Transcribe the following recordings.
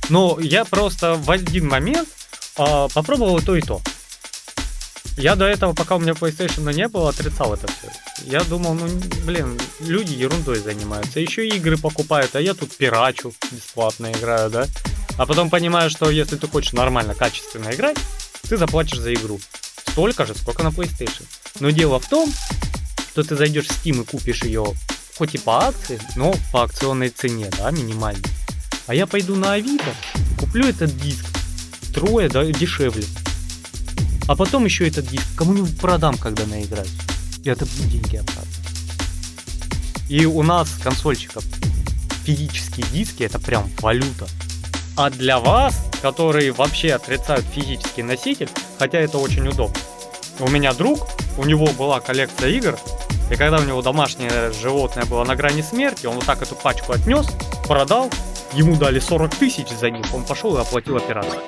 Но я просто в один момент попробовал и то, и то. Я до этого, пока у меня PlayStation не было, отрицал это все. Я думал, люди ерундой занимаются. Еще игры покупают, а я тут пирачу, бесплатно играю, да? А потом понимаю, что если ты хочешь нормально, качественно играть, ты заплатишь за игру столько же, сколько на PlayStation. Но дело в том, что ты зайдешь в Steam и купишь ее хоть и по акции, но по акционной цене, да, минимальной. А я пойду на Авито, куплю этот диск втрое, да, дешевле. А потом еще этот диск кому-нибудь продам, когда наиграюсь. И это будут деньги обратно. И у нас, консольщиков, физические диски — это прям валюта. А для вас, которые вообще отрицают физический носитель, хотя это очень удобно. У меня друг, у него была коллекция игр, и когда у него домашнее животное было на грани смерти, он вот так эту пачку отнес, продал, ему дали 40 тысяч за них, он пошел и оплатил операцию.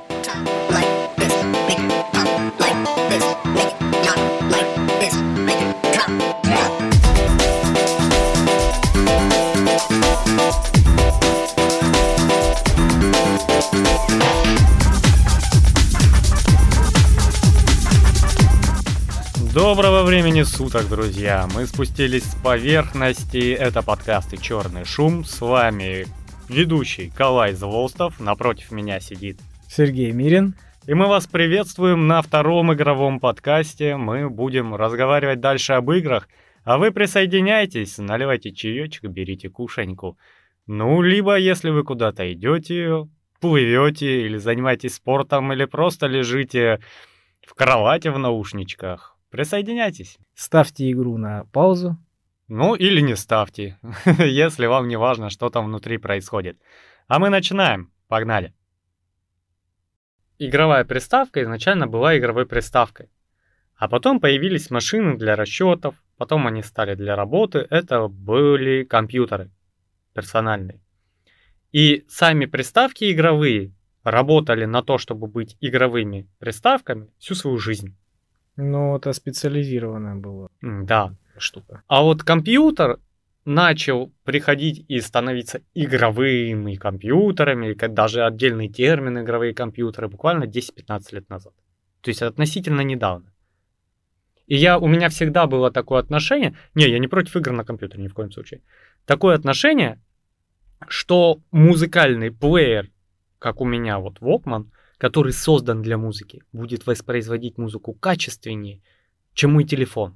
Доброго времени суток, друзья! Мы спустились с поверхности. Это подкасты «Черный шум». С вами ведущий Калай Зволстов. Напротив меня сидит Сергей Мирин. И мы вас приветствуем на втором игровом подкасте. Мы будем разговаривать дальше об играх. А вы присоединяйтесь, наливайте чаечек, берите кушаньку. Ну, либо если вы куда-то идете, плывете, или занимаетесь спортом, или просто лежите в кровати в наушничках. Присоединяйтесь. Ставьте игру на паузу. Ну или не ставьте, если вам не важно, что там внутри происходит. А мы начинаем. Погнали. Игровая приставка изначально была игровой приставкой. А потом появились машины для расчетов, потом они стали для работы. Это были компьютеры персональные. И сами приставки игровые работали на то, чтобы быть игровыми приставками всю свою жизнь. Ну, это специализированная была Да. штука. А вот компьютер начал приходить и становиться игровыми компьютерами, даже отдельный термин игровые компьютеры, буквально 10-15 лет назад. То есть относительно недавно. И у меня всегда было такое отношение, я не против игр на компьютере, ни в коем случае. Такое отношение, что музыкальный плеер, как у меня вот Walkman, который создан для музыки, будет воспроизводить музыку качественнее, чем мой телефон.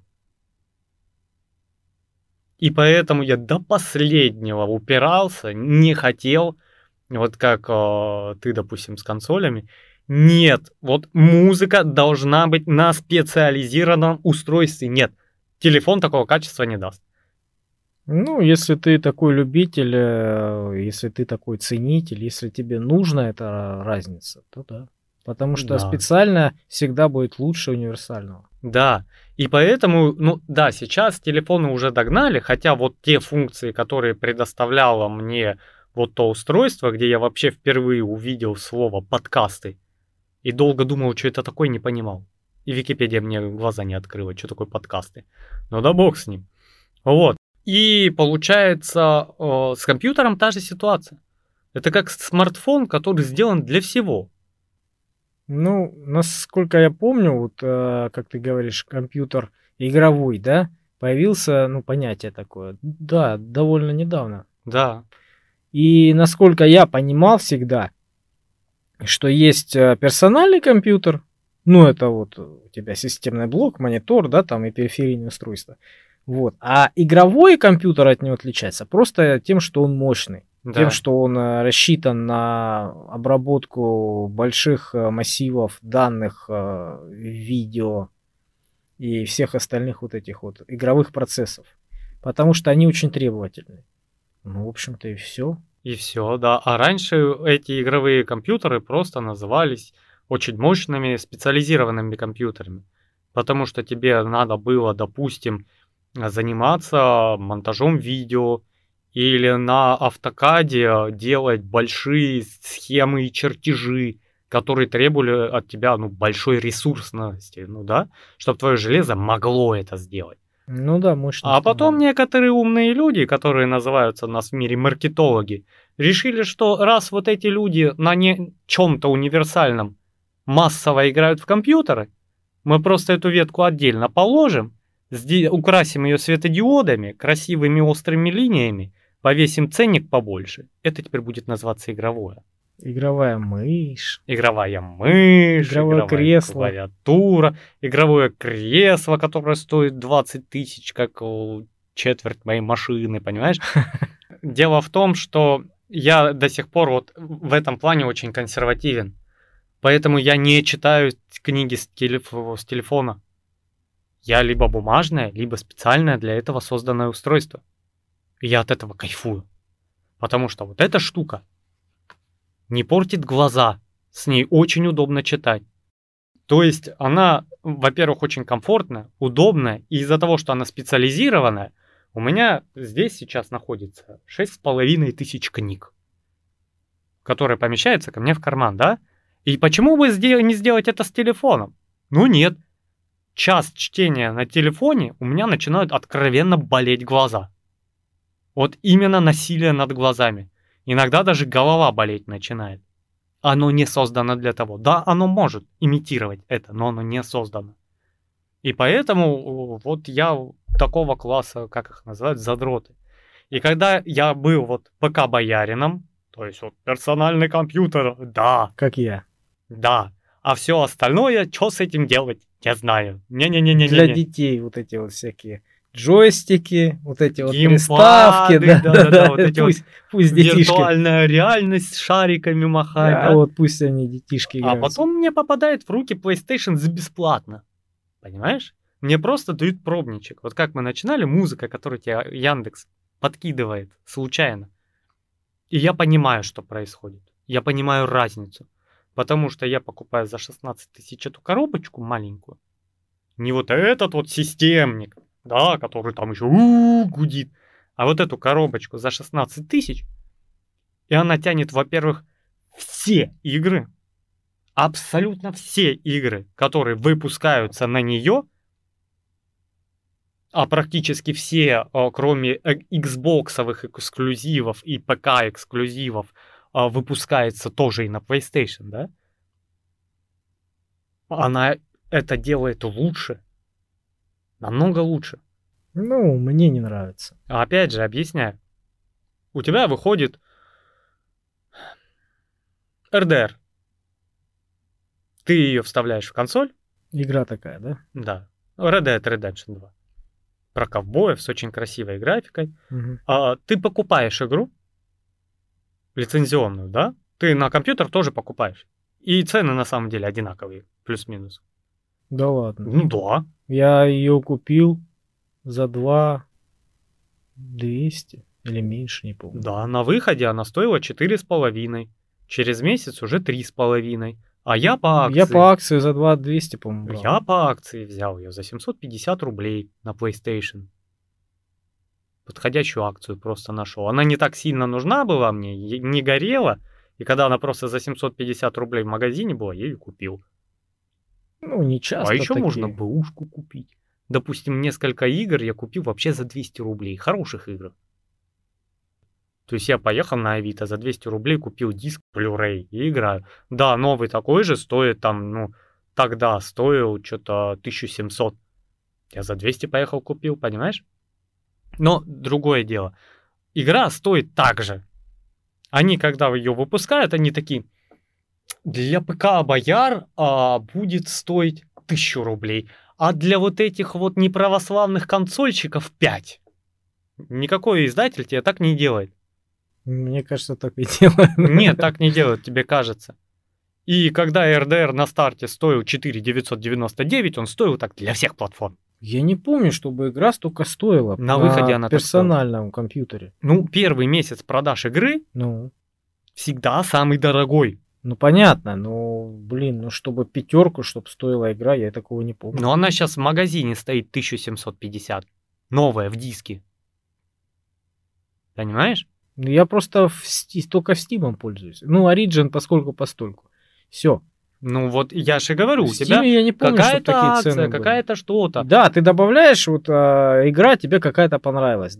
И поэтому я до последнего упирался, не хотел, вот как ты, допустим, с консолями. Нет, вот музыка должна быть на специализированном устройстве. Нет, телефон такого качества не даст. Ну, если ты такой любитель, если ты такой ценитель, если тебе нужна эта разница, то да. Потому что специально всегда будет лучше универсального. Да, и поэтому, сейчас телефоны уже догнали, хотя вот те функции, которые предоставляло мне вот то устройство, где я вообще впервые увидел слово «подкасты», и долго думал, что это такое, не понимал. И Википедия мне глаза не открыла, что такое подкасты. Ну да бог с ним. Вот. И получается, с компьютером та же ситуация. Это как смартфон, который сделан для всего. Ну, насколько я помню, вот как ты говоришь, компьютер игровой, да, появился, понятие такое, да, довольно недавно. Да. И насколько я понимал всегда, что есть персональный компьютер, это вот у тебя системный блок, монитор, да, там и периферийное устройство. Вот. А игровой компьютер от него отличается просто тем, что он мощный. Да. Тем, что он рассчитан на обработку больших массивов данных, видео и всех остальных вот этих вот игровых процессов. Потому что они очень требовательны. В общем-то, и все. И все, да. А раньше эти игровые компьютеры просто назывались очень мощными специализированными компьютерами. Потому что тебе надо было, допустим, заниматься монтажом видео или на автокаде делать большие схемы и чертежи, которые требовали от тебя большой ресурсности, чтобы твое железо могло это сделать. Ну да, мощно. А потом некоторые умные люди, которые называются у нас в мире маркетологи, Решили, что раз вот эти люди на чем-то универсальном массово играют в компьютеры, мы просто эту ветку отдельно положим, украсим ее светодиодами, красивыми острыми линиями, повесим ценник побольше. Это теперь будет называться игровое. Игровая мышь. Игровое кресло. Клавиатура, игровое кресло, которое стоит 20 тысяч, как четверть моей машины, понимаешь? Дело в том, что я до сих пор вот в этом плане очень консервативен. Поэтому я не читаю книги с телефона. Я либо бумажное, либо специальное для этого созданное устройство. И я от этого кайфую. Потому что вот эта штука не портит глаза. С ней очень удобно читать. То есть она, во-первых, очень комфортная, удобная. И из-за того, что она специализированная, у меня здесь сейчас находится 6500 книг, которые помещаются ко мне в карман, да? И почему бы не сделать это с телефоном? Ну нет. Час чтения на телефоне у меня начинают откровенно болеть глаза. Вот именно насилие над глазами. Иногда даже голова болеть начинает. Оно не создано для того. Да, оно может имитировать это, но оно не создано. И поэтому вот я такого класса, как их называют, задроты. И когда я был вот ПК-боярином, то есть вот персональный компьютер, да. Как я. Да. А все остальное, что с этим делать, я знаю. Не-не-не-не. Для детей вот эти вот всякие джойстики, вот эти вот геймпады, приставки. Да, вот эти пусть детишки. Виртуальная реальность с шариками махать. Да, вот пусть они детишки играют. А потом мне попадает в руки PlayStation за бесплатно. Понимаешь? Мне просто дают пробничек. Вот как мы начинали, музыка, которую тебе Яндекс подкидывает случайно. И я понимаю, что происходит. Я понимаю разницу. Потому что я покупаю за 16 тысяч эту коробочку маленькую. Не вот этот вот системник, да, который там еще гудит. А вот эту коробочку за 16 тысяч. И она тянет, во-первых, все игры. Абсолютно все игры, которые выпускаются на нее. А практически все, кроме Xbox-овых эксклюзивов и ПК-эксклюзивов, выпускается тоже и на PlayStation, да? Она это делает лучше. Намного лучше. Ну, мне не нравится. А опять же, объясняю. У тебя выходит RDR. Ты ее вставляешь в консоль. Игра такая, да? Да. Red Dead Redemption 2. Про ковбоев с очень красивой графикой. Угу. Ты покупаешь игру лицензионную, да? Ты на компьютер тоже покупаешь. И цены на самом деле одинаковые, плюс-минус. Да ладно. Ну да. Я ее купил за 200 или меньше, не помню. Да, на выходе она стоила 4,5. Через месяц уже 3,5. А я по акции... Я по акции за 200, по-моему, брал. Я по акции взял ее за 750 рублей на PlayStation. Подходящую акцию просто нашел. Она не так сильно нужна была мне, не горела. И когда она просто за 750 рублей в магазине была, я ее купил. Ну, не часто. А еще такие. можно бэушку купить. Допустим, несколько игр я купил вообще за 200 рублей. Хороших игр. То есть я поехал на Авито, за 200 рублей купил диск Blu-ray и играю. Да, новый такой же стоит там, ну, тогда стоил что-то 1700. Я за 200 поехал купил, понимаешь? Но другое дело. Игра стоит так же. Они, когда ее выпускают, они такие... Для ПК Бояр будет стоить 1000 рублей. А для вот этих вот неправославных консольщиков 5. Никакой издатель тебе так не делает. Мне кажется, так и делают. Нет, так не делают, тебе кажется. И когда RDR на старте стоил 4999, он стоил так для всех платформ. Я не помню, чтобы игра столько стоила. На выходе она персональном компьютере. Ну, первый месяц продаж игры всегда самый дорогой. Ну, понятно, но, блин, ну, чтобы 5, чтобы стоила игра, я такого не помню. Но она сейчас в магазине стоит 1750. Новая, в диске. Понимаешь? Ну, я просто только в Steam пользуюсь. Ну, Origin постольку. Все. Ну, вот я же говорю, в у тебя я не помню, какая-то такие акция, цены какая-то что-то. Да, ты добавляешь, вот игра тебе какая-то понравилась, да?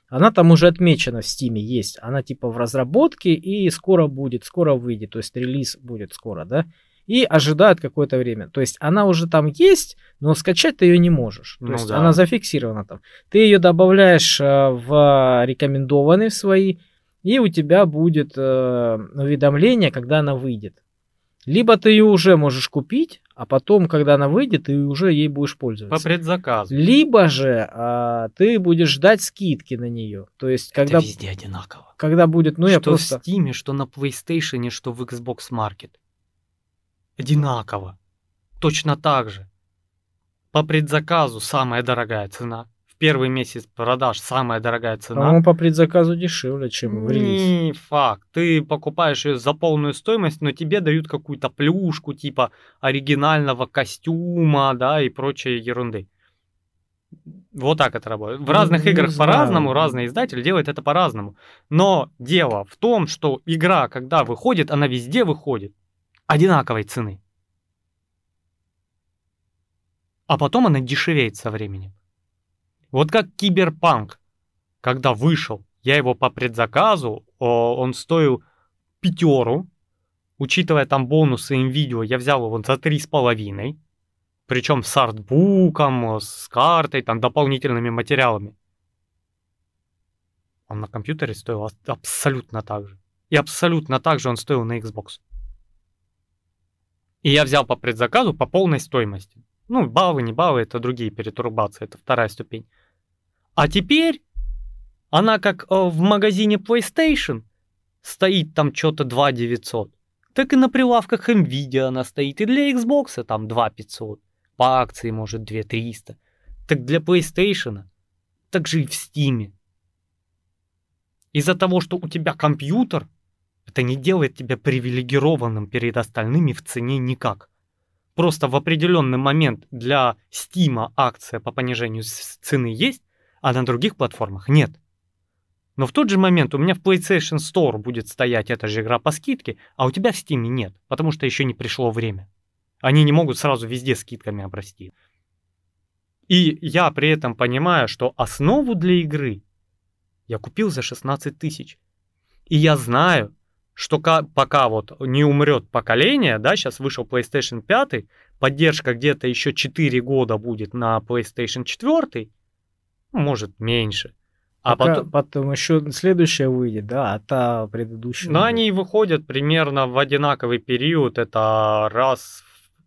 Она там уже отмечена в Steam, есть. Она типа в разработке и скоро будет, скоро выйдет. То есть релиз будет скоро, да? И ожидают какое-то время. То есть она уже там есть, но скачать ты ее не можешь. То есть она зафиксирована там. Ты ее добавляешь в рекомендованные свои, и у тебя будет уведомление, когда она выйдет. Либо ты ее уже можешь купить, а потом, когда она выйдет, ты уже ей будешь пользоваться. По предзаказу. Либо же ты будешь ждать скидки на нее. То есть, когда... Это везде одинаково. Когда будет, ну что я просто... в Steam, что на PlayStation, что в Xbox Market. Одинаково. Точно так же. По предзаказу самая дорогая цена. В первый месяц продаж самая дорогая цена. По-моему, по предзаказу дешевле, чем в релиз. Не факт. Ты покупаешь ее за полную стоимость, но тебе дают какую-то плюшку, типа оригинального костюма, да, и прочей ерунды. Вот так это работает. В разных играх по-разному, разные издатели делают это по-разному. Но дело в том, что игра, когда выходит, она везде выходит одинаковой цены. А потом она дешевеет со временем. Вот как Киберпанк, когда вышел, я его по предзаказу, он стоил 5, учитывая там бонусы NVIDIA, я взял его за 3,5, причем с артбуком, с картой, там дополнительными материалами. Он на компьютере стоил абсолютно так же. И абсолютно так же он стоил на Xbox. И я взял по предзаказу по полной стоимости. Ну, баллы, не баллы, это другие перетурбации, это вторая ступень. А теперь она как в магазине PlayStation стоит там что-то 2900, так и на прилавках NVIDIA она стоит. И для Xbox там 2500, по акции может 2300. Так для PlayStation, так же и в Steam. Из-за того, что у тебя компьютер, это не делает тебя привилегированным перед остальными в цене никак. Просто в определенный момент для Steam акция по понижению цены есть, а на других платформах нет. Но в тот же момент у меня в PlayStation Store будет стоять эта же игра по скидке, а у тебя в Steam нет, потому что еще не пришло время. Они не могут сразу везде скидками обрасти. И я при этом понимаю, что основу для игры я купил за 16 тысяч. И я знаю, что пока вот не умрет поколение, да, сейчас вышел PlayStation 5, поддержка где-то еще 4 года будет на PlayStation 4, может меньше. А потом еще следующая выйдет, да, а та предыдущая. Но они выходят примерно в одинаковый период, это раз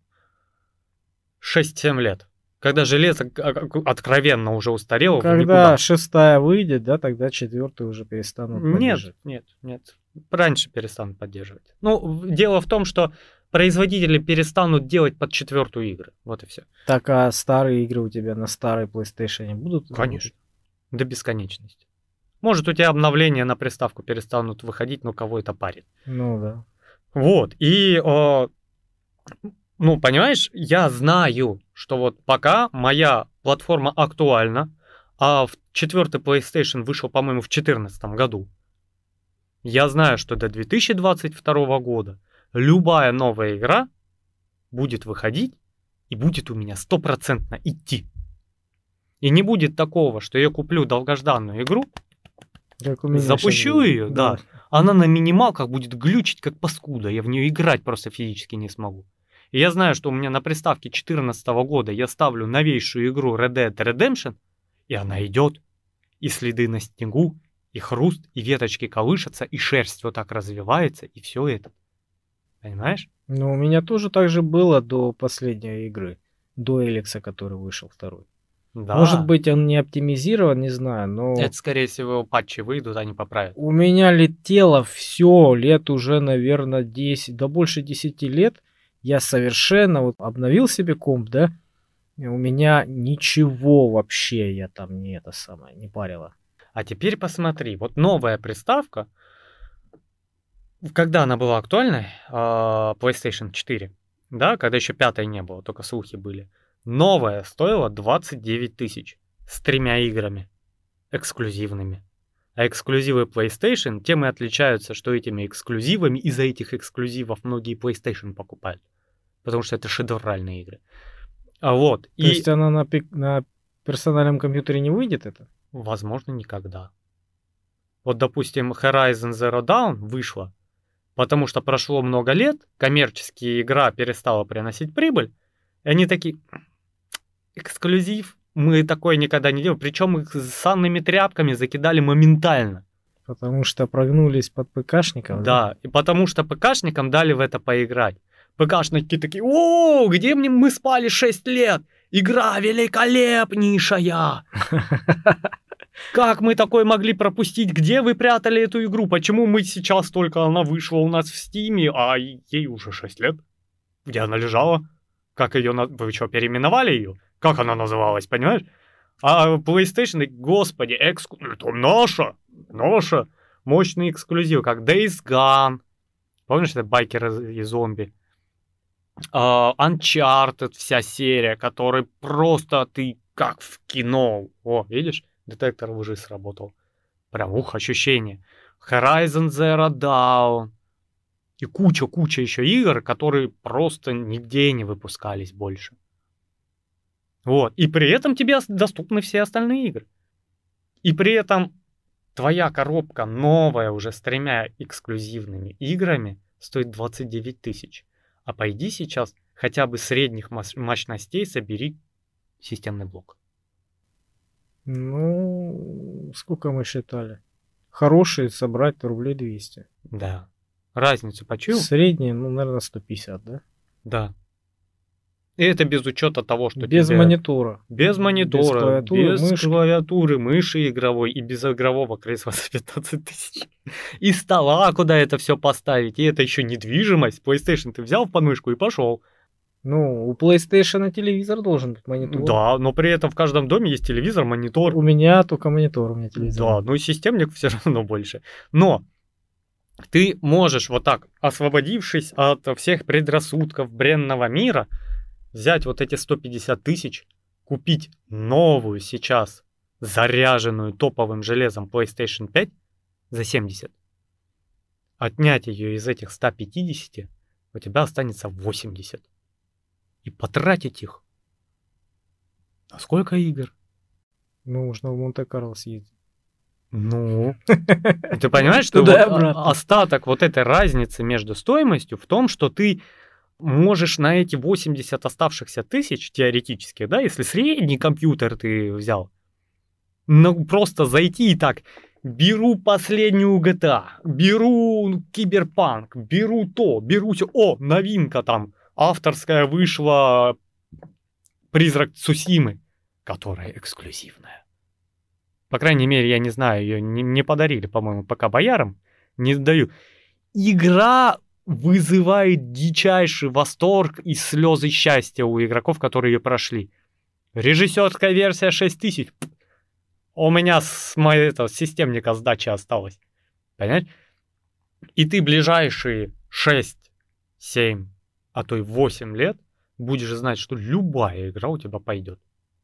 в 6-7 лет. Когда железо откровенно уже устарело. Когда 6-я выйдет, да, тогда 4-ю уже перестанут поддерживать. Нет. Раньше перестанут поддерживать. Ну, дело в том, что производители перестанут делать под 4-ю игры. Вот и все. Так, а старые игры у тебя на старой PlayStation будут? Конечно. До бесконечности. Может, у тебя обновления на приставку перестанут выходить, но кого это парит. Ну да. Вот. И, ну, понимаешь, я знаю, что вот пока моя платформа актуальна, а 4-й PlayStation вышел, по-моему, в 2014 году. Я знаю, что до 2022 года любая новая игра будет выходить и будет у меня 100% идти. И не будет такого, что я куплю долгожданную игру, запущу ее, да, она на минималках будет глючить как паскуда, я в нее играть просто физически не смогу. И я знаю, что у меня на приставке 2014 года я ставлю новейшую игру Red Dead Redemption, и она идет, и следы на снегу, и хруст, и веточки колышутся, и шерсть вот так развивается, и все это. Понимаешь? Ну, у меня тоже так же было до последней игры, до Эликса, который вышел второй. Да. Может быть, он не оптимизирован, не знаю, но... Это, скорее всего, патчи выйдут, они поправят. У меня летело все, лет уже, наверное, 10, да больше 10 лет. Я совершенно вот обновил себе комп, да, и у меня ничего вообще, я там не парила. А теперь посмотри, вот новая приставка, когда она была актуальной, PlayStation 4, да, когда еще 5-й не было, только слухи были, новая стоила 29 тысяч с 3 играми эксклюзивными. А эксклюзивы PlayStation тем и отличаются, что этими эксклюзивами, из-за этих эксклюзивов многие PlayStation покупают. Потому что это шедевральные игры. Вот. То есть она на персональном компьютере не выйдет, это? Возможно, никогда. Вот, допустим, Horizon Zero Dawn вышла, потому что прошло много лет, коммерческая игра перестала приносить прибыль, и они такие, эксклюзив, мы такое никогда не делали, причем их с санными тряпками закидали моментально. Потому что прогнулись под ПКшников. Да, и потому что ПКшникам дали в это поиграть. ПКшники такие, о, где мы спали 6 лет? Игра великолепнейшая! Как мы такое могли пропустить? Где вы прятали эту игру? Почему мы сейчас только она вышла у нас в Стиме, а ей уже 6 лет? Где она лежала? Как ее... Вы что, переименовали ее? Как она называлась, понимаешь? А PlayStation, господи, это наша, мощный эксклюзив, как Days Gone. Помнишь, это байкеры и зомби? Uncharted, вся серия, которой просто ты как в кино. О, видишь? Детектор лжи сработал. Прям, ощущение. Horizon Zero Dawn. И куча еще игр, которые просто нигде не выпускались больше. Вот. И при этом тебе доступны все остальные игры. И при этом твоя коробка новая уже с 3 эксклюзивными играми стоит 29 тысяч. А пойди сейчас хотя бы средних мощностей собери системный блок. Ну, сколько мы считали? Хорошие собрать рублей 200. Да. Разницу почуял? Средние, ну, наверное, 150, да? Да. И это без учета того, что без тебе... монитора. Без монитора, без клавиатуры, мыши игровой и без игрового кресла за 15 тысяч. И стола, куда это все поставить. И это еще недвижимость. PlayStation ты взял в подмышку и пошел. Ну, у PlayStation телевизор должен быть, монитор. Да, но при этом в каждом доме есть телевизор, монитор. У меня только монитор, у меня телевизор. Да, ну и системник все равно больше. Но ты можешь вот так, освободившись от всех предрассудков бренного мира, взять вот эти 150 тысяч, купить новую сейчас заряженную топовым железом PlayStation 5 за 70. Отнять ее из этих 150, у тебя останется 80. И потратить их на сколько игр? Ну, можно в Монте-Карло съездить. Ну, ты понимаешь, что остаток вот этой разницы между стоимостью в том, что ты можешь на эти 80 оставшихся тысяч теоретически, да, если средний компьютер ты взял, ну, просто зайти и так, беру последнюю GTA, беру Киберпанк, беру то, беру все, о, новинка там, авторская вышла Призрак Цусимы, которая эксклюзивная. По крайней мере, я не знаю, ее не подарили, по-моему, пока боярам, не даю. Игра вызывает дичайший восторг и слезы счастья у игроков, которые ее прошли. Режиссерская версия 6000. У меня с моего системника сдача осталась. Понимаешь? И ты ближайшие 6, 7, а то и 8 лет будешь знать, что любая игра у тебя пойдет.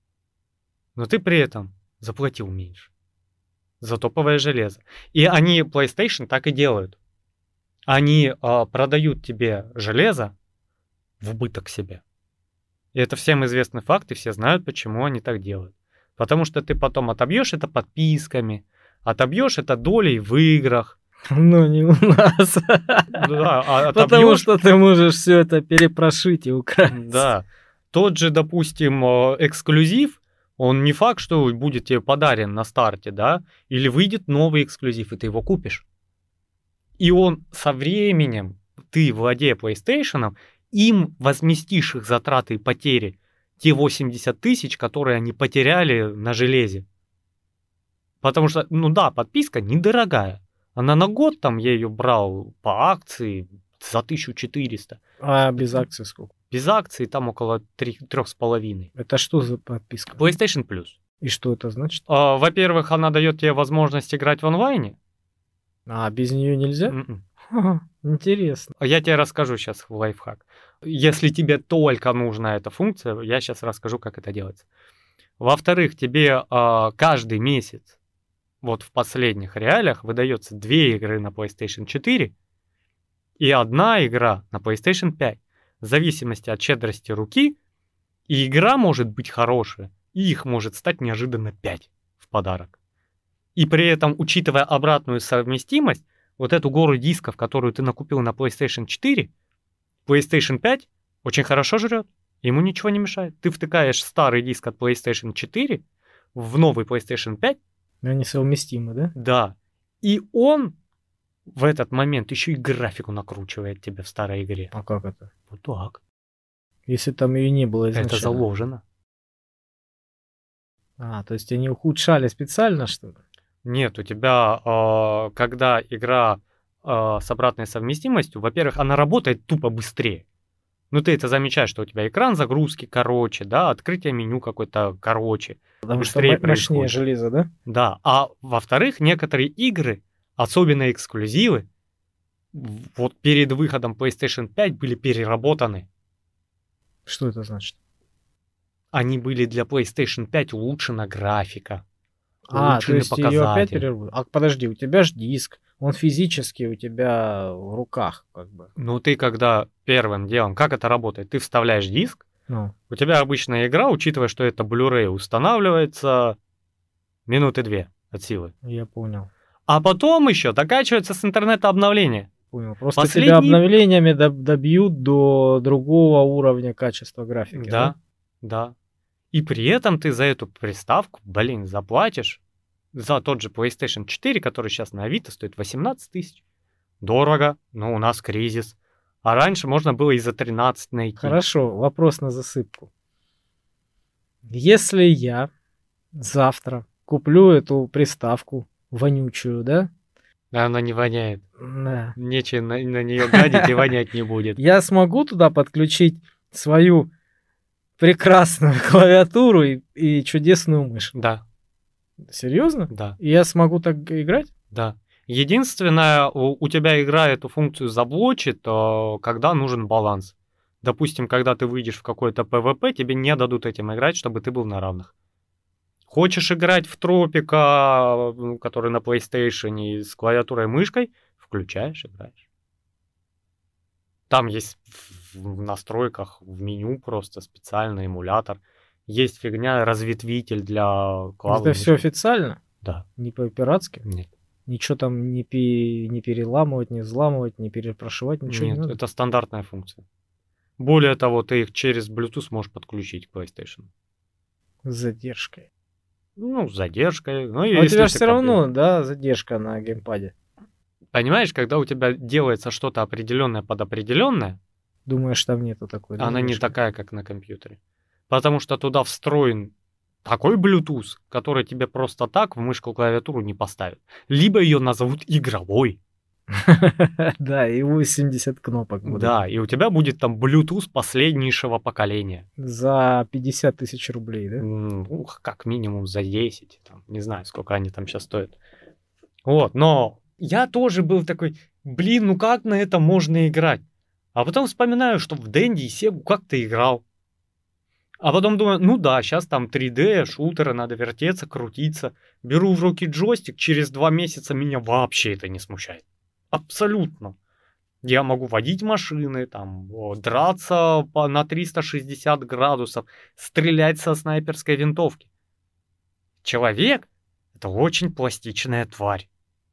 Но ты при этом заплатил меньше за топовое железо. И они, PlayStation, так и делают. Они продают тебе железо в убыток себе. И это всем известный факт, и все знают, почему они так делают. Потому что ты потом отобьешь это подписками, отобьешь это долей в играх. Но не у нас. Да, потому что ты можешь все это перепрошить и украсть. Да. Тот же, допустим, эксклюзив, он не факт, что будет тебе подарен на старте, да? Или выйдет новый эксклюзив, и ты его купишь. И он со временем, ты, владея PlayStation, им возместишь их затраты и потери, те 80 тысяч, которые они потеряли на железе. Потому что, ну да, подписка недорогая. Она на год, там, я ее брал по акции за 1400. А без акций сколько? Без акций там около 3,5. Это что за подписка? PlayStation Plus. И что это значит? Во-первых, она дает тебе возможность играть в онлайне. А без нее нельзя? Интересно. Я тебе расскажу сейчас лайфхак. Если тебе только нужна эта функция, я сейчас расскажу, как это делается. Во-вторых, тебе каждый месяц, вот в последних реалиях, выдается 2 игры на PlayStation 4 и 1 игра на PlayStation 5. В зависимости от щедрости руки, и игра может быть хорошая, и их может стать неожиданно 5 в подарок. И при этом, учитывая обратную совместимость, вот эту гору дисков, которую ты накупил на PlayStation 4, PlayStation 5 очень хорошо жрет, ему ничего не мешает. Ты втыкаешь старый диск от PlayStation 4 в новый PlayStation 5. Они совместимы, да? Да. И он в этот момент еще и графику накручивает тебе в старой игре. А как это? Вот так. Если там ее не было изначально. Это заложено. То есть они ухудшали специально, что ли? Нет, у тебя, когда игра с обратной совместимостью, во-первых, она работает тупо быстрее. Ну, ты это замечаешь, что у тебя экран загрузки короче, да, открытие меню какое-то короче. Потому быстрее что мощнее происходит. железо, да? Да, а во-вторых, некоторые игры, особенно эксклюзивы, вот перед выходом PlayStation 5 были переработаны. Что это значит? Они были для PlayStation 5 улучшена графика. То улучшены есть ее опять показатели. переработали? А подожди, у тебя же диск, он физически у тебя в руках, как бы. Ну, ты когда первым делом, как это работает? Ты вставляешь диск, Ну, у тебя обычная игра, учитывая, что это Blu-ray, устанавливается минуты 2 от силы. я понял. А потом еще докачивается с интернета обновление. Понял. Просто тебя Последний- обновлениями добьют до другого уровня качества графики. Да, да. И при этом ты за эту приставку, заплатишь за тот же PlayStation 4, который сейчас на Авито стоит 18 тысяч. Дорого, но у нас кризис. А раньше можно было и за 13 найти. Хорошо, вопрос на засыпку. Если я завтра куплю эту приставку вонючую, да? Она не воняет. Да. Нечем на нее гадить и вонять не будет. Я смогу туда подключить свою прекрасную клавиатуру и чудесную мышь. Да, Серьезно? да, И я смогу так играть? да. Единственное, у тебя игра эту функцию заблочит, когда нужен баланс. Допустим, когда ты выйдешь в какой-то PvP, тебе не дадут этим играть, чтобы ты был на равных. Хочешь играть в Тропика, который на PlayStation с клавиатурой и мышкой, включаешь, играешь. Там есть в настройках, в меню просто специальный эмулятор. Есть фигня, разветвитель для клавы. Это все официально? Да. Не по-пиратски? Нет. Ничего там не переламывать, не взламывать, не перепрошивать, ничего Нет, не надо? это стандартная функция. Более того, ты их через Bluetooth можешь подключить к PlayStation. С задержкой. Ну, с задержкой. Ну, А у если тебя ты же все равно, да, задержка на геймпаде. Понимаешь, когда у тебя делается что-то определенное под определенное, Думаешь, там нету такой, да, она не задержки? такая, как на компьютере. Потому что туда встроен такой Bluetooth, который тебе просто так в мышку клавиатуру не поставит. Либо ее назовут игровой. Да, и 80 кнопок будут. Да, и у тебя будет там Bluetooth последнейшего поколения. За 50 тысяч рублей, да? Ну, как минимум за 10. Там, не знаю, сколько они там сейчас стоят. Вот, но я тоже был такой, ну как на это можно играть? А потом вспоминаю, что в Денди и Сегу как-то играл. А потом думаю, ну да, сейчас там 3D, шутеры, надо вертеться, крутиться. Беру в руки джойстик, через 2 месяца меня вообще это не смущает. Абсолютно. Я могу водить машины, там, драться на 360 градусов, стрелять со снайперской винтовки. Человек — это очень пластичная тварь.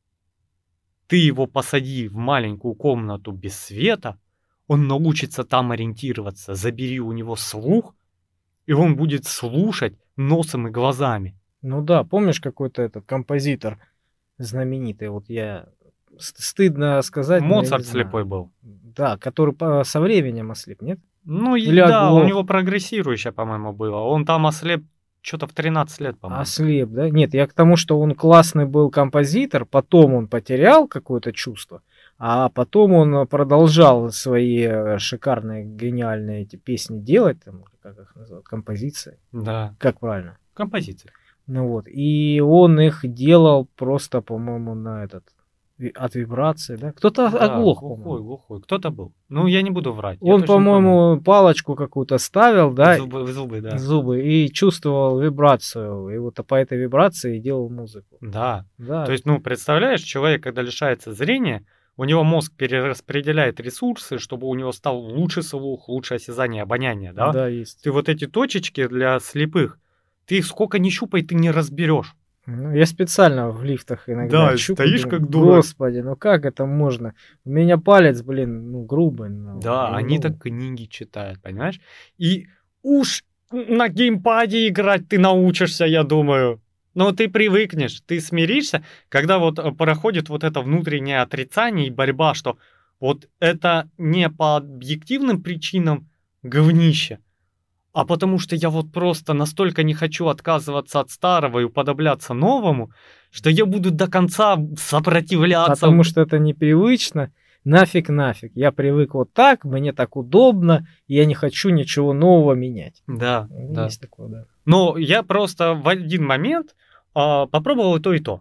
Ты его посади в маленькую комнату без света, он научится там ориентироваться, забери у него слух, и он будет слушать носом и глазами. Ну да, помнишь какой-то этот композитор знаменитый, вот я... Стыдно сказать, но я не Моцарт знаю. слепой был. Да, который со временем ослеп, нет? Ну и Или да, оглох. у него прогрессирующее, по-моему, было. Он там ослеп что-то в 13 лет, по-моему. Ослеп, да? Нет, я к тому, что он классный был композитор, потом он потерял какое-то чувство, а потом он продолжал свои шикарные, гениальные эти песни делать, там, как их называют, композиции. Да, Как правильно? композиция. Ну вот, и он их делал просто, по-моему, на этот... От вибрации, да? Кто-то Да, оглох, глухой, по-моему. глухой. Кто-то был. Ну, я не буду врать. я Он, точно помню. по-моему, палочку какую-то ставил, да, В зубы, да. зубы, и чувствовал вибрацию. И вот по этой вибрации делал музыку. Да. Да, То есть, ну, представляешь, человек, когда лишается зрения, у него мозг перераспределяет ресурсы, чтобы у него стал лучше слух, лучше осязание, обоняние, да? да, есть. Ты вот эти точечки для слепых, ты их сколько ни щупай, ты не разберешь. Ну, я специально в лифтах иногда Да, чукаю, стоишь думаю, как дурак. господи, ну как это можно? У меня палец, блин, ну грубый, ну, Да, я не они могу. так книги читают, понимаешь? И уж на геймпаде играть ты научишься, я думаю. Но ты привыкнешь, ты смиришься, когда вот проходит вот это внутреннее отрицание и борьба, что вот это не по объективным причинам говнище, а потому что я вот просто настолько не хочу отказываться от старого и уподобляться новому, что я буду до конца сопротивляться. Потому что это непривычно. Нафиг. Я привык вот так, мне так удобно, и я не хочу ничего нового менять. Да, да. Есть такое, да. Но я просто в один момент попробовал и то, и то.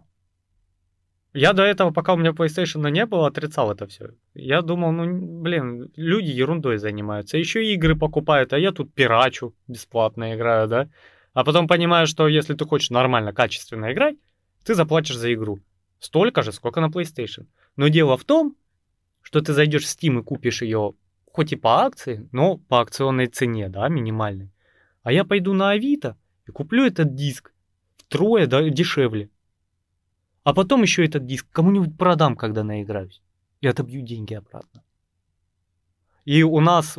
Я до этого, пока у меня PlayStation не было, отрицал это все. Я думал, ну, блин, люди ерундой занимаются. Еще игры покупают, а я тут пирачу, бесплатно играю, да? А потом понимаю, что если ты хочешь нормально, качественно играть, ты заплатишь за игру. Столько же, сколько на PlayStation. Но дело в том, что ты зайдешь в Steam и купишь ее хоть и по акции, но по акционной цене, да, минимальной. А я пойду на Авито и куплю этот диск втрое дешевле. А потом еще этот диск кому-нибудь продам, когда наиграюсь. И отобью деньги обратно. И у нас,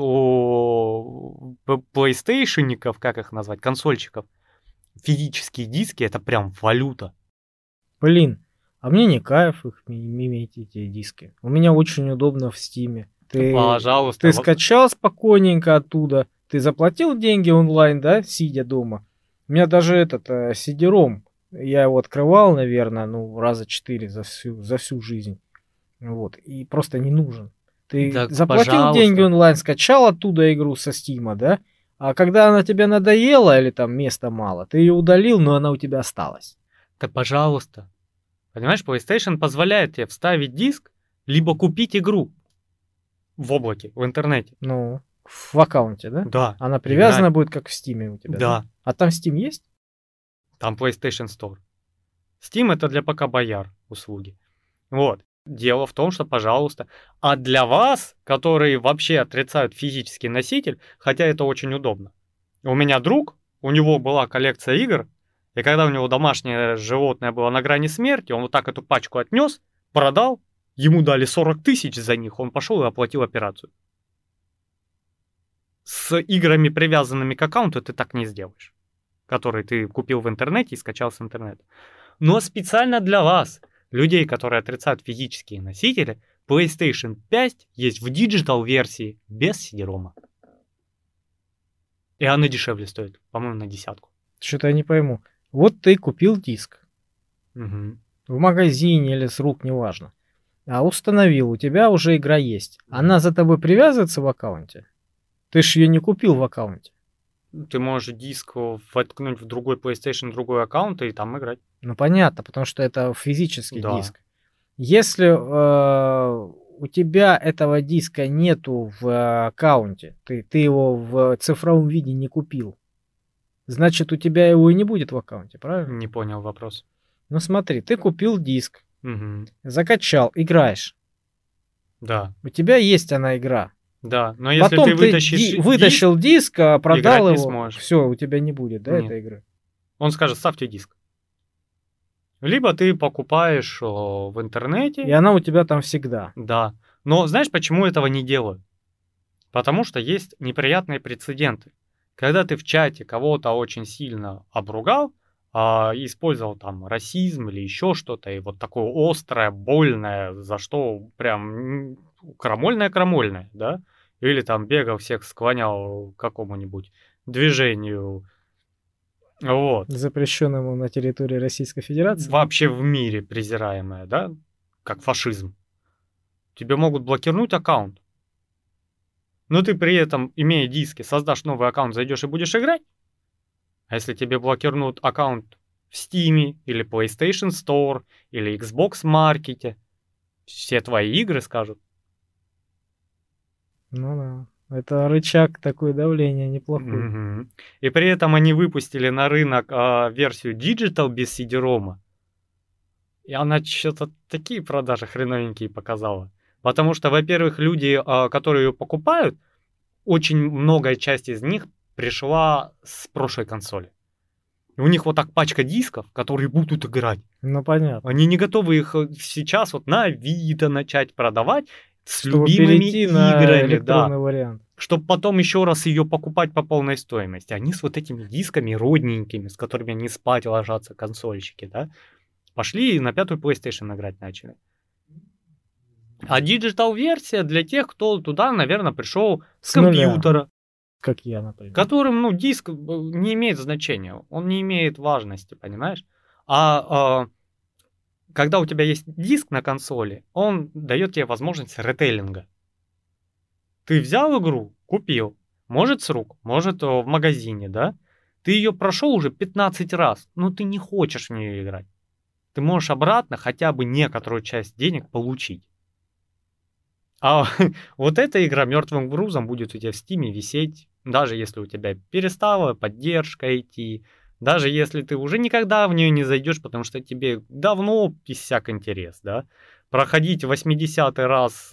у PlayStation-ников, как их назвать, консольщиков, физические диски это прям валюта. Блин, а мне не кайф их иметь эти диски. У меня очень удобно в Стиме. Пожалуйста. Ты скачал спокойненько оттуда, ты заплатил деньги онлайн, да, сидя дома. У меня даже этот CD-ROM, я его открывал, наверное, ну, раза 4 за всю жизнь. Вот, и просто не нужен. Ты Так, заплатил пожалуйста. деньги онлайн, скачал оттуда игру со Стима, да? А когда она тебе надоела или там места мало, ты ее удалил, но она у тебя осталась. Так, пожалуйста. Понимаешь, PlayStation позволяет тебе вставить диск, либо купить игру в облаке, в интернете. Ну, в аккаунте, да? Да. Она привязана играть. будет как в Стиме у тебя. Да. А там Steam есть? Там PlayStation Store. Steam это для ПК бояр услуги. Вот. Дело в том, что, пожалуйста, а для вас, которые вообще отрицают физический носитель, хотя это очень удобно. У меня друг, у него была коллекция игр, и когда у него домашнее животное было на грани смерти, он вот так эту пачку отнес, продал, ему дали 40 тысяч за них, он пошел и оплатил операцию. С играми, привязанными к аккаунту, ты так не сделаешь, которые ты купил в интернете и скачал с интернета. Но специально для вас, людей, которые отрицают физические носители, PlayStation 5 есть в диджитал-версии без CD-ROM. И она дешевле стоит, по-моему, на 10. Что-то я не пойму. Вот ты купил диск. Угу. В магазине или с рук, неважно. А установил, у тебя уже игра есть. Она за тобой привязывается в аккаунте? Ты ж ее не купил в аккаунте. Ты можешь диск воткнуть в другой PlayStation, другой аккаунт и там играть. Ну понятно, потому что это физический Да. диск. Если у тебя этого диска нету в аккаунте, ты его в цифровом виде не купил, значит у тебя его и не будет в аккаунте, правильно? Не понял вопрос. Ну смотри, ты купил диск, Угу. закачал, играешь. Да. У тебя есть она игра. Да, но если Потом ты вытащишь вытащил диск, а продал играть не его, сможешь. все, у тебя не будет, да, Нет. этой игры. он скажет, ставьте диск. Либо ты покупаешь в интернете. И она у тебя там всегда. Да. Но знаешь, почему этого не делают? Потому что есть неприятные прецеденты. Когда ты в чате кого-то очень сильно обругал, использовал там расизм или еще что-то, и вот такое острое, больное, за что прям крамольное, да? Или там бегал, всех склонял к какому-нибудь движению, вот. Запрещенному на территории Российской Федерации. Вообще в мире презираемое, да? Как фашизм. Тебе могут блокировать аккаунт. Но ты при этом, имея диски, создашь новый аккаунт, зайдешь и будешь играть. А если тебе блокируют аккаунт в Steam или PlayStation Store или Xbox Market, все твои игры скажут. Ну да. Это рычаг такое давление неплохой. Угу. И при этом они выпустили на рынок версию Digital без CD-ROM. И она что-то такие продажи хреновенькие показала. Потому что, во-первых, люди, которые ее покупают, очень многая часть из них пришла с прошлой консоли. И у них вот так пачка дисков, которые будут играть. Ну, понятно. Они не готовы их сейчас вот на Авито начать продавать с Чтобы любимыми перейти на играми, да. электронный вариант. Чтобы потом еще раз ее покупать по полной стоимости. Они с вот этими дисками родненькими, с которыми они спать ложатся, консольщики, да, пошли и на 5-ю PlayStation играть начали. А диджитал-версия для тех, кто туда, наверное, пришел с нуля. компьютера. Как я, например. Которым, ну, диск не имеет значения, он не имеет важности, понимаешь? А когда у тебя есть диск на консоли, он дает тебе возможность ретейлинга. Ты взял игру, купил, может с рук, может в магазине, да? Ты ее прошел уже 15 раз, но ты не хочешь в нее играть. Ты можешь обратно хотя бы некоторую часть денег получить. А вот эта игра мертвым грузом будет у тебя в Стиме висеть, даже если у тебя перестала поддержка идти, даже если ты уже никогда в нее не зайдешь, потому что тебе давно иссяк интерес, да? Проходить 80-й раз,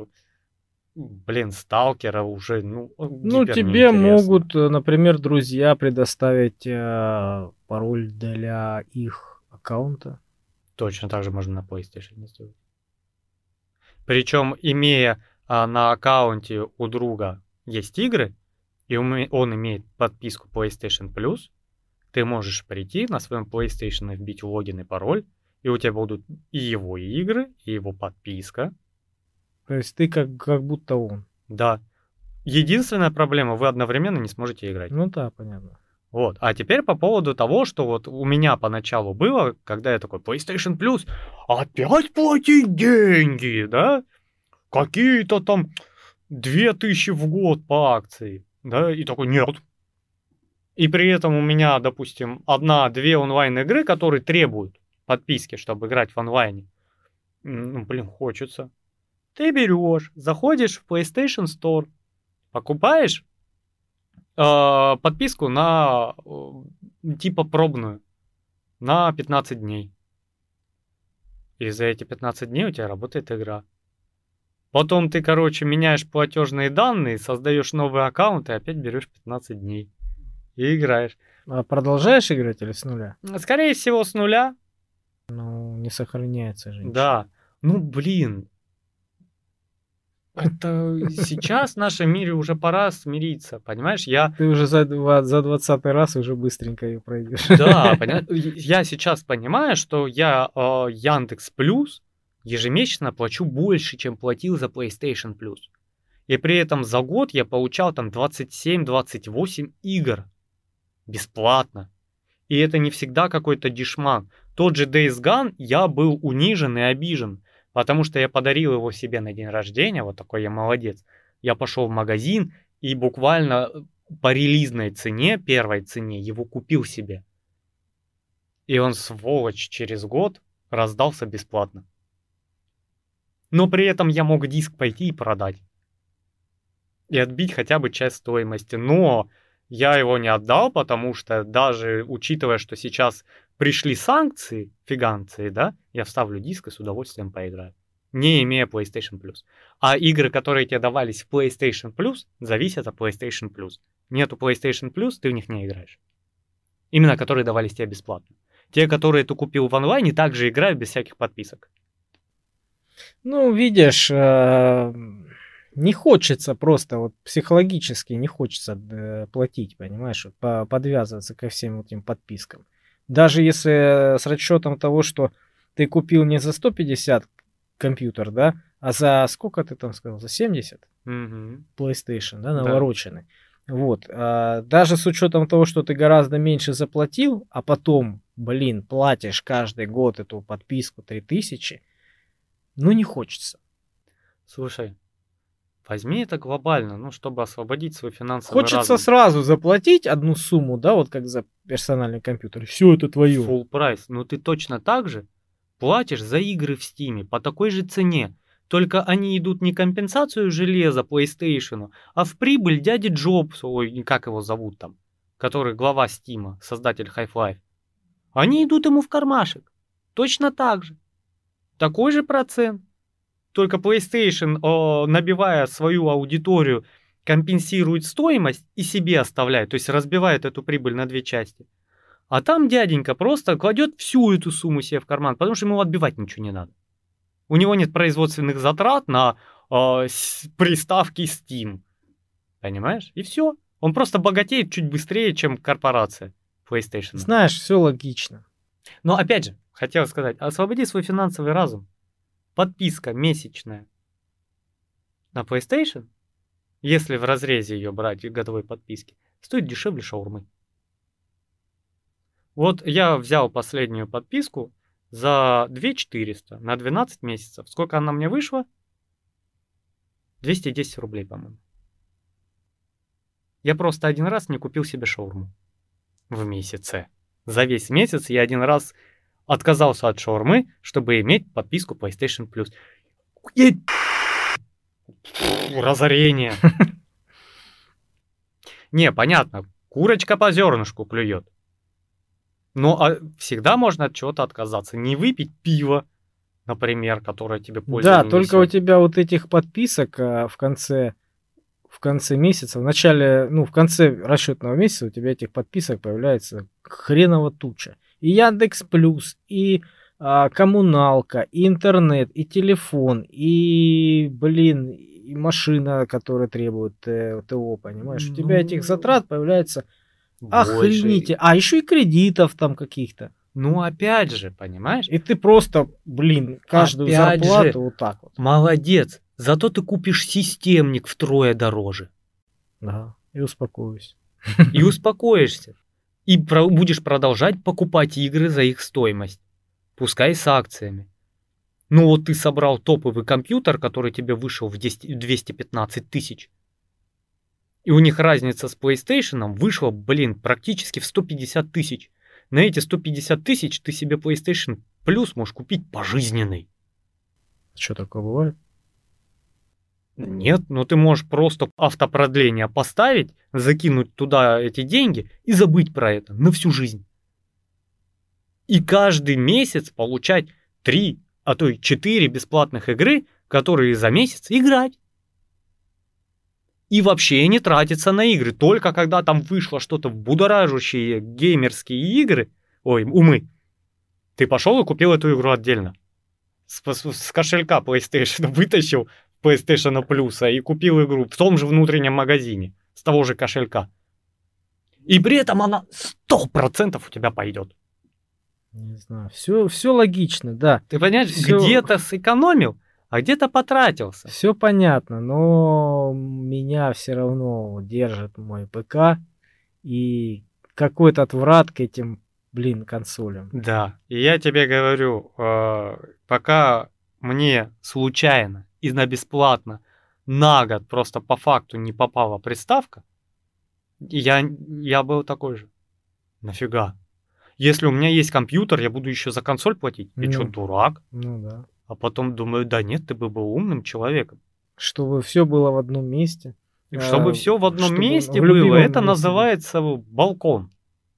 Сталкера уже, Ну, гипер тебе неинтересно. могут, например, друзья предоставить пароль для их аккаунта. Точно так же можно на PlayStation сделать. Причем, имея на аккаунте у друга есть игры, и он имеет подписку PlayStation Plus, ты можешь прийти на своем PlayStation и вбить логин и пароль, и у тебя будут и его игры, и его подписка. То есть ты как будто он. Да. Единственная проблема, вы одновременно не сможете играть. Ну да, понятно. Вот. А теперь по поводу того, что вот у меня поначалу было, когда я такой, PlayStation Plus, опять платить деньги, да? Какие-то там 2000 в год по акции, да? И такой, нет. И при этом у меня, допустим, 1-2 онлайн-игры, которые требуют подписки, чтобы играть в онлайне. Ну, блин, хочется. Ты берешь, заходишь в PlayStation Store, покупаешь подписку на типа пробную на 15 дней. И за эти 15 дней у тебя работает игра. Потом ты, меняешь платежные данные, создаешь новый аккаунт и опять берешь 15 дней. И играешь. А продолжаешь играть или с нуля? Скорее всего, с нуля. Ну, не сохраняется же. Да. Ну, блин. Это сейчас в нашем мире уже пора смириться, понимаешь? Ты уже за 20-й раз уже быстренько ее пройдешь. Да, я сейчас понимаю, что я Яндекс Плюс ежемесячно плачу больше, чем платил за PlayStation Plus. И при этом за год я получал там 27-28 игр бесплатно. И это не всегда какой-то дешман. Тот же Days Gone я был унижен и обижен, потому что я подарил его себе на день рождения, вот такой я молодец. Я пошел в магазин и буквально по релизной цене, первой цене, его купил себе. И он, сволочь, через год раздался бесплатно. Но при этом я мог диск пойти и продать. И отбить хотя бы часть стоимости. Но я его не отдал, потому что даже учитывая, что сейчас пришли санкции, фиганции, да, я вставлю диск и с удовольствием поиграю, не имея PlayStation Plus. А игры, которые тебе давались в PlayStation Plus, зависят от PlayStation Plus. Нету PlayStation Plus, ты в них не играешь. Именно которые давались тебе бесплатно. Те, которые ты купил в онлайне, также играют без всяких подписок. Ну, видишь, не хочется просто, вот психологически не хочется платить, понимаешь, вот, подвязываться ко всем этим подпискам. Даже если с расчетом того, что ты купил не за 150 компьютер, да, а за сколько ты там сказал, за 70 PlayStation, да, навороченный. Да. Вот, даже с учетом того, что ты гораздо меньше заплатил, а потом, платишь каждый год эту подписку 3000, ну не хочется. Слушай, возьми это глобально, чтобы освободить свой финансовый Хочется разум. сразу заплатить одну сумму, да, вот как за персональный компьютер. Все это твое. Full прайс. Но ты точно так же платишь за игры в Steam по такой же цене. Только они идут не компенсацию железа PlayStation, а в прибыль дяди Джобсу, ой, как его зовут там, который глава Steam, создатель Half-Life. Они идут ему в кармашек. Точно так же. Такой же процент. Только PlayStation, набивая свою аудиторию, компенсирует стоимость и себе оставляет. То есть разбивает эту прибыль на две части. А там дяденька просто кладет всю эту сумму себе в карман, потому что ему отбивать ничего не надо. У него нет производственных затрат на приставки Steam. Понимаешь? И все. Он просто богатеет чуть быстрее, чем корпорация PlayStation. Знаешь, все логично. Но опять же, хотел сказать, освободи свой финансовый разум. Подписка месячная на PlayStation, если в разрезе ее брать в годовой подписке, стоит дешевле шаурмы. Вот я взял последнюю подписку за 2400 на 12 месяцев. Сколько она мне вышла? 210 рублей, по-моему. Я просто один раз не купил себе шаурму в месяце. За весь месяц я один раз отказался от шаурмы, чтобы иметь подписку PlayStation Plus. Разорение. Не, понятно, курочка по зернышку клюет. Но всегда можно от чего-то отказаться. Не выпить пиво, например, которое тебе пользу Да, не только несет. у тебя вот этих подписок в конце месяца, в конце расчетного месяца у тебя этих подписок появляется хреново туча. И Яндекс Плюс, и коммуналка, и интернет, и телефон, и машина, которая требует ТО, понимаешь? У тебя этих затрат появляется охренеть. А еще и кредитов там каких-то. Ну, опять же, понимаешь? И ты просто, каждую Опять зарплату же, вот так вот. Молодец. Зато ты купишь системник втрое дороже. Да, и успокоюсь. И успокоишься. И будешь продолжать покупать игры за их стоимость. Пускай с акциями. Ну вот ты собрал топовый компьютер, который тебе вышел в 215 тысяч. И у них разница с PlayStation вышла, практически в 150 тысяч. На эти 150 тысяч ты себе PlayStation Plus можешь купить пожизненный. Что такое бывает? Нет, но ты можешь просто автопродление поставить, закинуть туда эти деньги и забыть про это на всю жизнь. И каждый месяц получать 3, а то и 4 бесплатных игры, которые за месяц играть. И вообще не тратиться на игры. Только когда там вышло что-то будоражащие геймерские игры, умы, ты пошел и купил эту игру отдельно. С кошелька PlayStation вытащил PlayStation Plus и купил игру в том же внутреннем магазине, с того же кошелька. И при этом она 100% у тебя пойдет. Не знаю, все логично, да. Ты понимаешь, где-то сэкономил, а где-то потратился. Все понятно, но меня все равно держит мой ПК и какой-то отврат к этим, консолям. Да, и я тебе говорю, пока мне случайно и на бесплатно на год просто по факту не попала приставка, я был такой же. Нафига? Если у меня есть компьютер, я буду еще за консоль платить? Я что, дурак? Ну да. А потом думаю, да нет, ты бы был умным человеком. Чтобы все было в одном месте. Чтобы все в одном месте было, это называется балкон.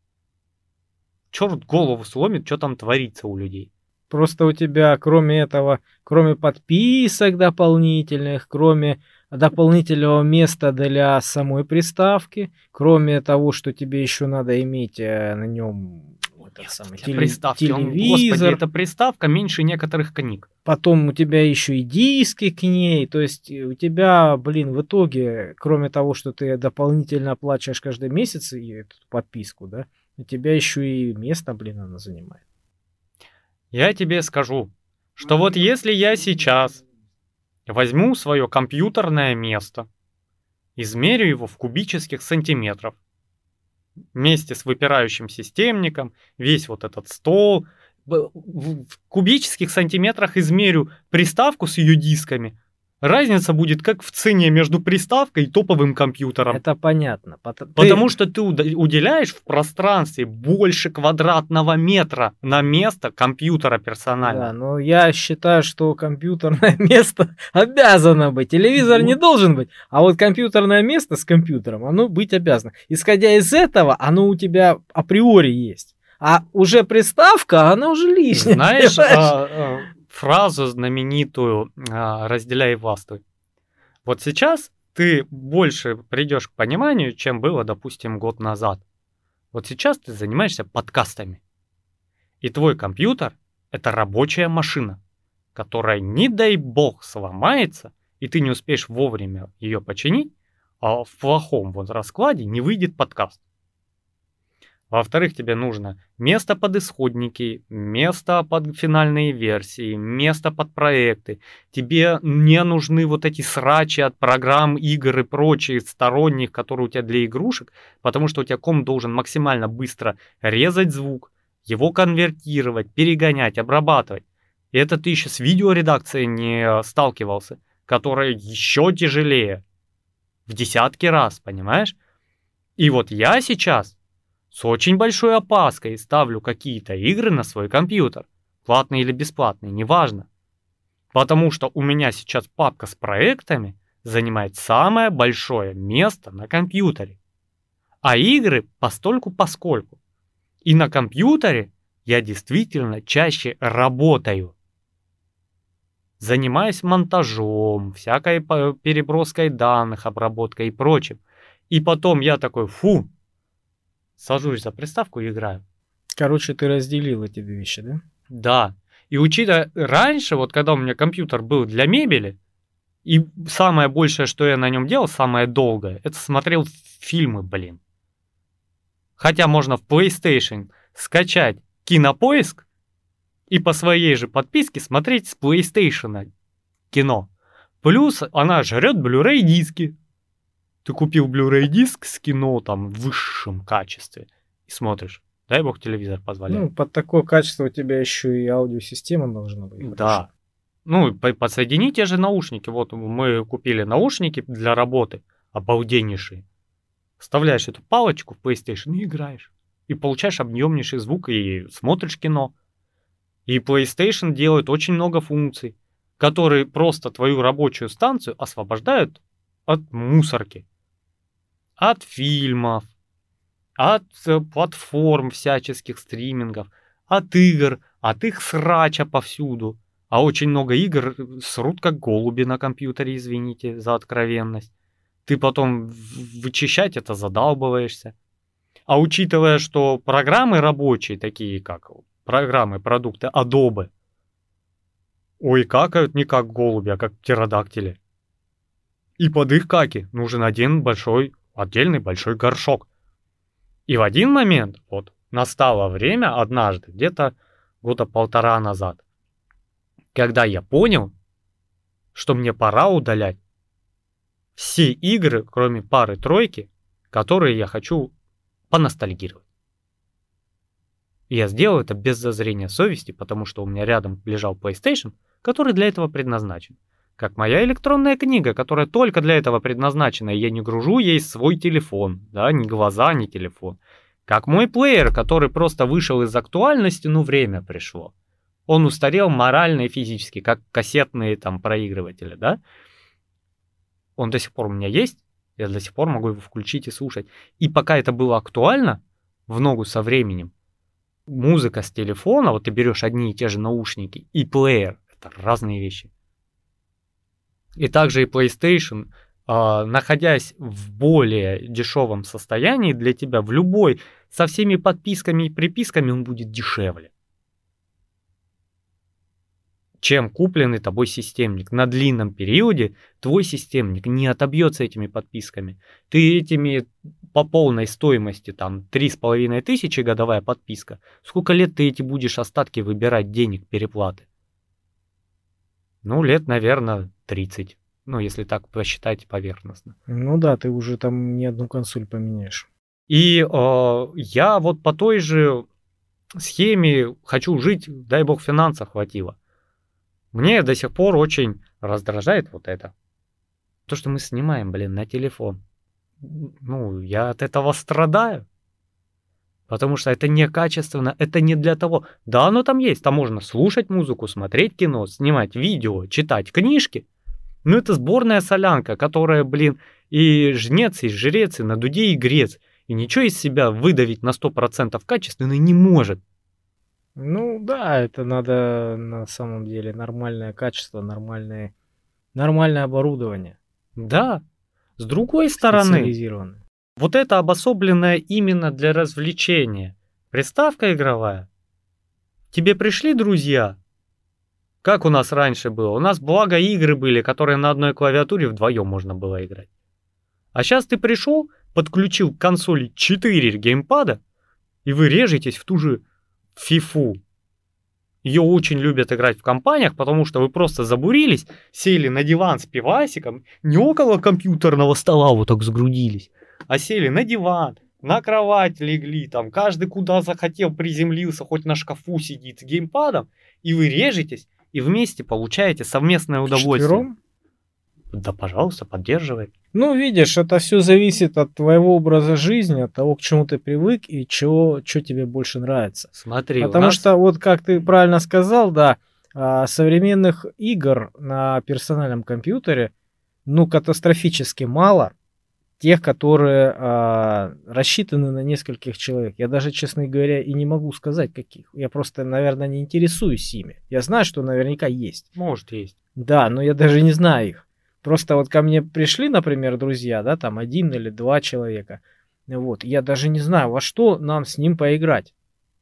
Черт голову сломит, что там творится у людей. Просто у тебя, кроме этого, кроме подписок дополнительных, кроме дополнительного места для самой приставки, кроме того, что тебе еще надо иметь на нем телевизор. Господи, эта приставка меньше некоторых книг. Потом у тебя еще и диски к ней. То есть у тебя, в итоге, кроме того, что ты дополнительно оплачиваешь каждый месяц и эту подписку, да, у тебя еще и место, она занимает. Я тебе скажу, что вот если я сейчас возьму свое компьютерное место, измерю его в кубических сантиметрах, вместе с выпирающим системником, весь вот этот стол, в кубических сантиметрах измерю приставку с ее дисками, разница будет как в цене между приставкой и топовым компьютером. Это понятно. Потому что ты уделяешь в пространстве больше квадратного метра на место компьютера персонального. Да, но я считаю, что компьютерное место обязано быть. Телевизор не должен быть, а вот компьютерное место с компьютером, оно быть обязано. Исходя из этого, оно у тебя априори есть. А уже приставка, она уже лишняя. Знаешь, фразу знаменитую «разделяй и властвуй». Вот сейчас ты больше придешь к пониманию, чем было, допустим, год назад. Вот сейчас ты занимаешься подкастами. И твой компьютер — это рабочая машина, которая, не дай бог, сломается, и ты не успеешь вовремя ее починить, а в плохом вот раскладе не выйдет подкаст. Во-вторых, тебе нужно место под исходники, место под финальные версии, место под проекты. Тебе не нужны вот эти срачи от программ, игр и прочих сторонних, которые у тебя для игрушек, потому что у тебя комп должен максимально быстро резать звук, его конвертировать, перегонять, обрабатывать. И это ты еще с видеоредакцией не сталкивался, которая еще тяжелее. В десятки раз, понимаешь? И вот я сейчас с очень большой опаской ставлю какие-то игры на свой компьютер. Платные или бесплатные, неважно. Потому что у меня сейчас папка с проектами занимает самое большое место на компьютере. А игры постольку-поскольку. И на компьютере я действительно чаще работаю. Занимаюсь монтажом, всякой переброской данных, обработкой и прочим. И потом я такой, сажусь за приставку и играю. Короче, ты разделил эти две вещи, да? Да. И учитывая, раньше, вот когда у меня компьютер был для мебели, и самое большее, что я на нем делал, самое долгое, это смотрел фильмы, блин. Хотя можно в PlayStation скачать Кинопоиск и по своей же подписке смотреть с PlayStation кино. Плюс она жрет Blu-ray диски. Ты купил Blu-ray диск с кино там в высшем качестве и смотришь. Дай бог телевизор позволяет. Ну, под такое качество у тебя еще и аудиосистема должна быть. Да. Ну, подсоедини те же наушники. Вот мы купили наушники для работы, обалденнейшие. Вставляешь эту палочку в PlayStation и играешь. И получаешь объемнейший звук и смотришь кино. И PlayStation делает очень много функций, которые просто твою рабочую станцию освобождают от мусорки. От фильмов, от платформ всяческих стримингов, от игр, от их срача повсюду. А очень много игр срут как голуби на компьютере, извините за откровенность. Ты потом вычищать это задалбываешься. А учитывая, что программы рабочие, такие как программы, продукты Adobe, ой, какают не как голуби, а как птеродактили. И под их каки нужен отдельный большой горшок. И в один момент, вот, настало время однажды, где-то года 1,5 назад, когда я понял, что мне пора удалять все игры, кроме пары-тройки, которые я хочу поностальгировать. И я сделал это без зазрения совести, потому что у меня рядом лежал PlayStation, который для этого предназначен. Как моя электронная книга, которая только для этого предназначена, и я не гружу ей свой телефон, да, ни глаза, ни телефон. Как мой плеер, который просто вышел из актуальности, но время пришло. Он устарел морально и физически, как кассетные там проигрыватели, да. Он до сих пор у меня есть, я до сих пор могу его включить и слушать. И пока это было актуально, в ногу со временем, музыка с телефона, вот ты берешь одни и те же наушники, и плеер, это разные вещи. И также и PlayStation, находясь в более дешевом состоянии для тебя, в любой, со всеми подписками и приписками, он будет дешевле, чем купленный тобой системник. На длинном периоде твой системник не отобьется этими подписками. Ты этими по полной стоимости, там 3500 годовая подписка. Сколько лет ты эти будешь остатки выбирать денег переплаты? Ну, лет, наверное, 30. Ну, если так посчитать поверхностно. Ну да, ты уже там не одну консоль поменяешь. И я вот по той же схеме хочу жить, дай бог финансов хватило. Мне до сих пор очень раздражает вот это. То, что мы снимаем, на телефон. Ну, я от этого страдаю. Потому что это некачественно, это не для того. Да, оно там есть, там можно слушать музыку, смотреть кино, снимать видео, читать книжки. Но это сборная солянка, которая, и жнец, и жрец, и на дуде, и грец. И ничего из себя выдавить на 100% качественно не может. Ну да, это надо на самом деле нормальное качество, нормальное оборудование. Да, с другой стороны, Вот это обособленное именно для развлечения. Приставка игровая. Тебе пришли друзья? Как у нас раньше было? У нас, благо, игры были, которые на одной клавиатуре вдвоем можно было играть. А сейчас ты пришел, подключил к консоли 4 геймпада, и вы режетесь в ту же фифу. Ее очень любят играть в компаниях, потому что вы просто забурились, сели на диван с пивасиком, не около компьютерного стола вот так сгрудились, а сели на диван, на кровать легли, там каждый куда захотел приземлился, хоть на шкафу сидит с геймпадом, и вы режетесь, и вместе получаете совместное удовольствие. Вчетвером? Да, пожалуйста, поддерживай. Ну, видишь, это все зависит от твоего образа жизни, от того, к чему ты привык и что тебе больше нравится. Смотри, Потому что, вот как ты правильно сказал, да, современных игр на персональном компьютере, ну, катастрофически мало. Тех, которые рассчитаны на нескольких человек. Я даже, честно говоря, и не могу сказать, каких. Я просто, наверное, не интересуюсь ими. Я знаю, что наверняка есть. Может, есть. Да, но я даже не знаю их. Просто вот ко мне пришли, например, друзья, да, там 1 или 2 человека. Вот, я даже не знаю, во что нам с ним поиграть.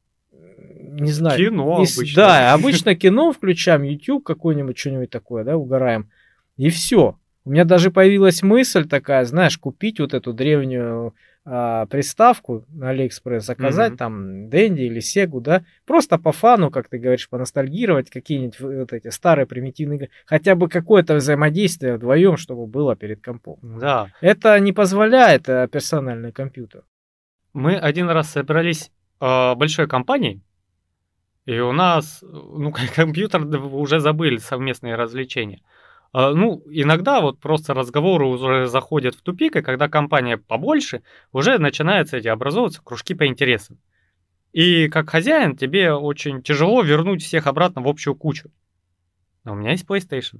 Не знаю. Кино обычно. Да, обычно кино включаем, YouTube какой-нибудь, что-нибудь такое, да, угораем. И все. У меня даже появилась мысль такая, знаешь, купить вот эту древнюю приставку на Алиэкспресс, заказать там Денди или Сегу, да, просто по фану, как ты говоришь, поностальгировать, какие-нибудь вот эти старые примитивные игры, хотя бы какое-то взаимодействие вдвоем, чтобы было перед компом. Да. Это не позволяет персональный компьютер. Мы один раз собрались большой компанией, и у нас, компьютер уже забыли совместные развлечения. Иногда вот просто разговоры уже заходят в тупик, и когда компания побольше, уже начинаются образовываться кружки по интересам. И как хозяин тебе очень тяжело вернуть всех обратно в общую кучу. Но у меня есть PlayStation.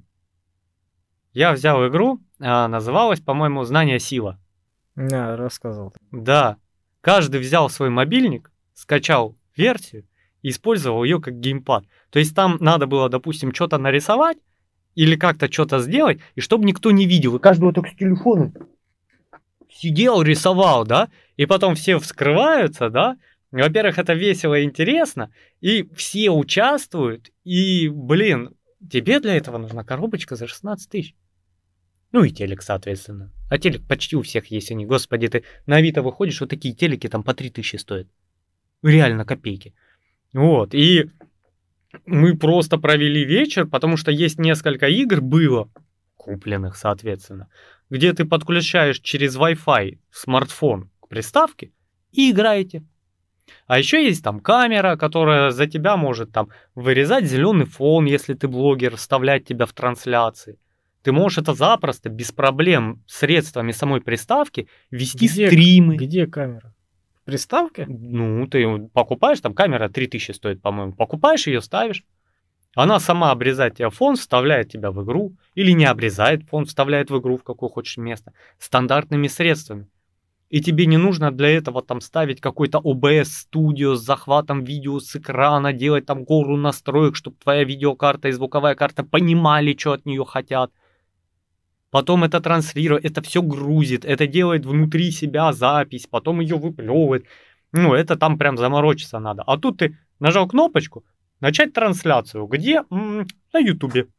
Я взял игру, называлась, по-моему, «Знание сила». Да, рассказывал. Да, каждый взял свой мобильник, скачал версию и использовал ее как геймпад. То есть там надо было, допустим, что-то нарисовать, или как-то что-то сделать, и чтобы никто не видел. И каждый вот так с телефоном сидел, рисовал, да, и потом все вскрываются, да. Во-первых, это весело и интересно, и все участвуют, и, тебе для этого нужна коробочка за 16 тысяч. Ну и телек, соответственно. А телек почти у всех есть, они, господи, ты на Авито выходишь, вот такие телеки там по 3000 стоят. Реально копейки. Вот, и мы просто провели вечер, потому что есть несколько игр, было купленных, соответственно, где ты подключаешь через Wi-Fi смартфон к приставке и играете. А еще есть там камера, которая за тебя может там вырезать зеленый фон, если ты блогер, вставлять тебя в трансляции. Ты можешь это запросто, без проблем, средствами самой приставки вести стримы. Где камера? Приставке? Ты покупаешь, там камера 3000 стоит, по-моему. Покупаешь ее, ставишь. Она сама обрезает тебе фон, вставляет тебя в игру. Или не обрезает фон, вставляет в игру, в какое хочешь место. Стандартными средствами. И тебе не нужно для этого там ставить какой-то OBS Studio с захватом видео с экрана, делать там гору настроек, чтобы твоя видеокарта и звуковая карта понимали, что от нее хотят. Потом это транслирует, это все грузит, это делает внутри себя запись, потом ее выплевывает. Это там прям заморочиться надо. А тут ты нажал кнопочку, начать трансляцию. Где? На Ютубе.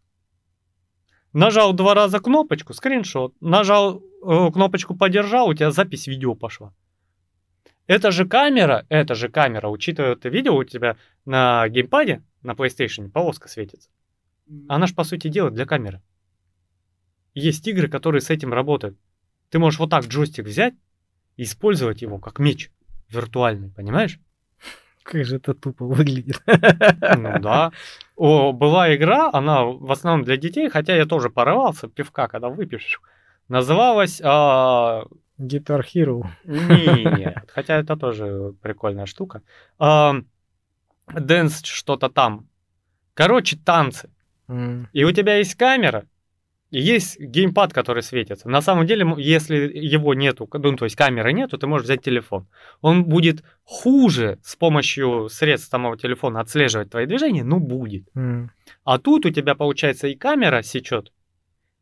Нажал 2 раза кнопочку, скриншот. Нажал кнопочку подержал, у тебя запись видео пошла. Это же камера, учитывая, ты видел, у тебя на геймпаде, на PlayStation полоска светится. Она ж по сути дела для камеры. Есть игры, которые с этим работают. Ты можешь вот так джойстик взять и использовать его как меч виртуальный, понимаешь? Как же это тупо выглядит. Да. Была игра, она в основном для детей, хотя я тоже порывался, пивка, когда выпьешь. Называлась... Guitar Hero. Нет, хотя это тоже прикольная штука. Dance что-то там. Короче, танцы. И у тебя есть камера, и есть геймпад, который светится. На самом деле, если его нету, то есть камеры нету, ты можешь взять телефон. Он будет хуже с помощью средств самого телефона отслеживать твои движения, но будет. А тут у тебя, получается, и камера сечет,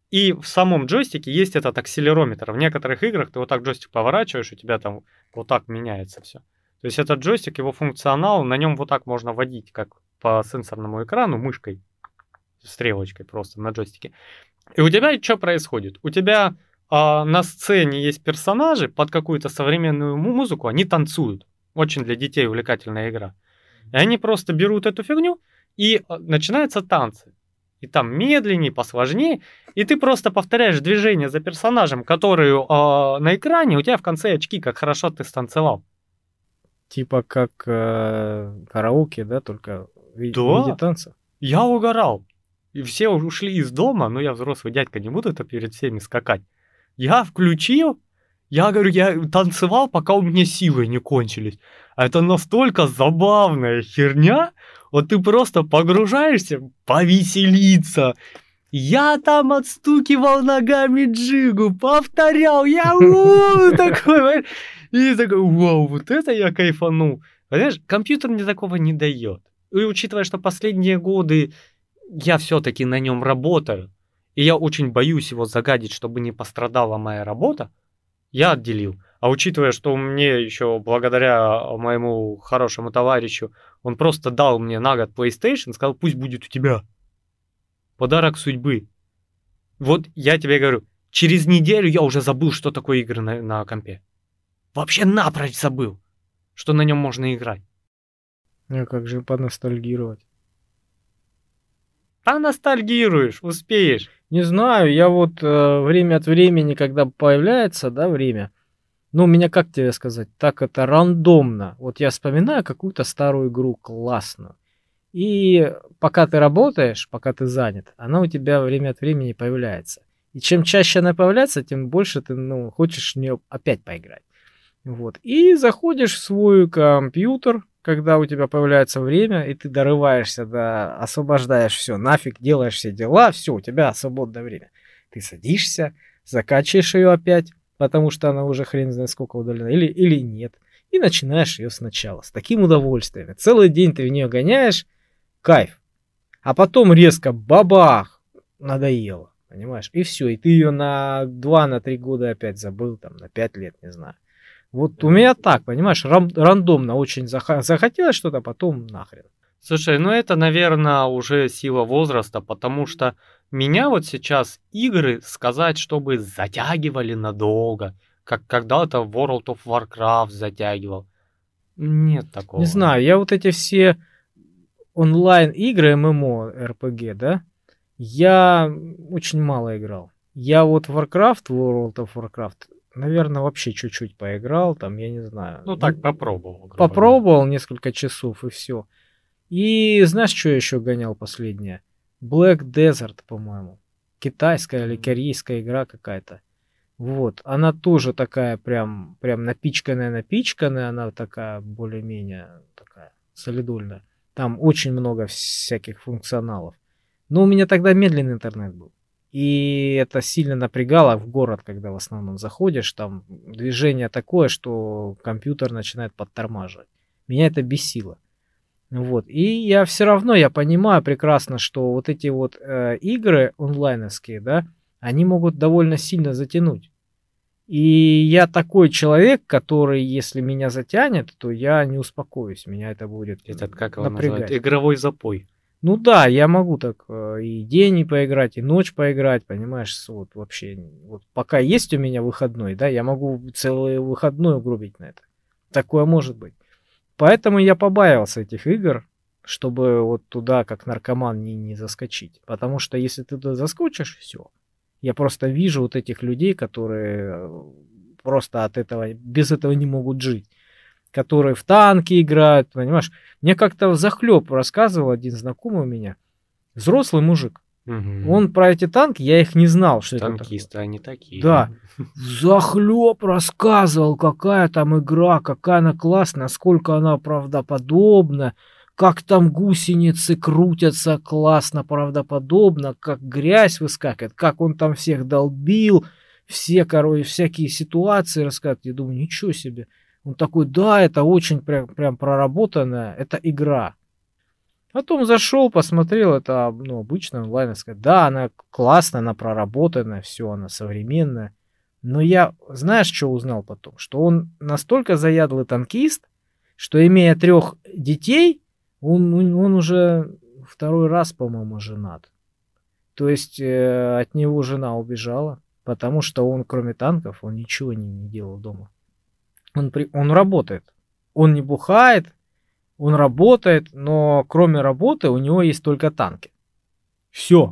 И в самом джойстике есть этот акселерометр. В некоторых играх ты вот так джойстик поворачиваешь, у тебя там вот так меняется все. То есть этот джойстик, его функционал, на нем вот так можно водить, как по сенсорному экрану, мышкой, стрелочкой просто на джойстике. И у тебя что происходит? У тебя на сцене есть персонажи под какую-то современную музыку, они танцуют. Очень для детей увлекательная игра. И они просто берут эту фигню, и начинаются танцы. И там медленнее, посложнее. И ты просто повторяешь движение за персонажем, который на экране, у тебя в конце очки, как хорошо ты станцевал. Типа как караоке, да, только в виде танца. Я угорал. И все ушли из дома, но я взрослый дядька, не буду это перед всеми скакать. Я включил, я говорю, я танцевал, пока у меня силы не кончились. А это настолько забавная херня. Вот ты просто погружаешься, повеселиться. Я там отстукивал ногами джигу, повторял, я такой, и такой, вау, вот это я кайфанул. Понимаешь, компьютер мне такого не дает. И учитывая, что последние годы я все-таки на нем работаю, и я очень боюсь его загадить, чтобы не пострадала моя работа, я отделил. А учитывая, что мне еще благодаря моему хорошему товарищу, он просто дал мне на год PlayStation, сказал, пусть будет у тебя. Подарок судьбы. Вот я тебе говорю, через неделю я уже забыл, что такое игры на компе. Вообще напрочь забыл, что на нем можно играть. А как же поностальгировать? Поностальгируешь, успеешь. Не знаю, я вот время от времени, когда появляется, да, время, ну, у меня, как тебе сказать, так это рандомно. Вот я вспоминаю какую-то старую игру классную. И пока ты работаешь, пока ты занят, она у тебя время от времени появляется. И чем чаще она появляется, тем больше ты, ну, хочешь в нее опять поиграть. Вот. И заходишь в свой компьютер, когда у тебя появляется время, и ты дорываешься, да, освобождаешь все, нафиг, делаешь все дела, все, у тебя свободное время. Ты садишься, закачиваешь ее опять, потому что она уже хрен знает сколько удалена, или нет. И начинаешь ее сначала, с таким удовольствием. Целый день ты в нее гоняешь, кайф. А потом резко бабах, надоело, понимаешь? И все, и ты ее на 2-3 года опять забыл, там, на 5 лет, не знаю. Вот у меня так, понимаешь, рандомно очень захотелось что-то, потом нахрен. Слушай, ну это, наверное, уже сила возраста, потому что меня вот сейчас игры сказать, чтобы затягивали надолго, как когда-то World of Warcraft затягивал. Нет такого. Не знаю, я вот эти все онлайн-игры, ММО, РПГ, да, я очень мало играл. Я вот Warcraft, World of Warcraft, наверное, вообще чуть-чуть поиграл, там, я не знаю. Ну так, попробовал. Попробовал несколько часов и все. И знаешь, что я еще гонял последнее? Black Desert, по-моему. Китайская или корейская игра какая-то. Вот. Она тоже такая прям напичканная, она такая более-менее такая солидольная. Там очень много всяких функционалов. Но у меня тогда медленный интернет был. И это сильно напрягало в город, когда в основном заходишь, там движение такое, что компьютер начинает подтормаживать. Меня это бесило. Вот. И я все равно, я понимаю прекрасно, что вот эти вот игры онлайновские, да, они могут довольно сильно затянуть. И я такой человек, который, если меня затянет, то я не успокоюсь, меня это будет Этот, как его напрягать. называют, игровой запой. Ну да, я могу так и день поиграть, и ночь поиграть, понимаешь, вот вообще, вот пока есть у меня выходной, да, я могу целый выходной угробить на это. Такое может быть. Поэтому я побаивался этих игр, чтобы вот туда, как наркоман, не заскочить. Потому что если ты туда заскочишь, все. Я просто вижу вот этих людей, которые просто от этого, без этого не могут жить. Которые в танки играют, понимаешь. Мне как-то взахлеб рассказывал один знакомый у меня, взрослый мужик. Угу. Он про эти танки, я их не знал, что Танкисты, это такое. они такие. Да, взахлеб рассказывал, какая там игра, какая она классная, насколько она правдоподобна, как там гусеницы крутятся классно, правдоподобно, как грязь выскакивает, как он там всех долбил, все, всякие ситуации рассказывает. Я думаю, ничего себе. Он такой, да, это очень прям проработанная, это игра. Потом зашел, посмотрел, это обычная онлайновская. Да, она классная, она проработанная, все, она современная. Но я, знаешь, что узнал потом? Что он настолько заядлый танкист, что, имея 3 детей, он уже 2 раз, по-моему, женат. То есть от него жена убежала, потому что он, кроме танков, он ничего не делал дома. Он работает. Он не бухает, он работает, но кроме работы у него есть только танки. Все.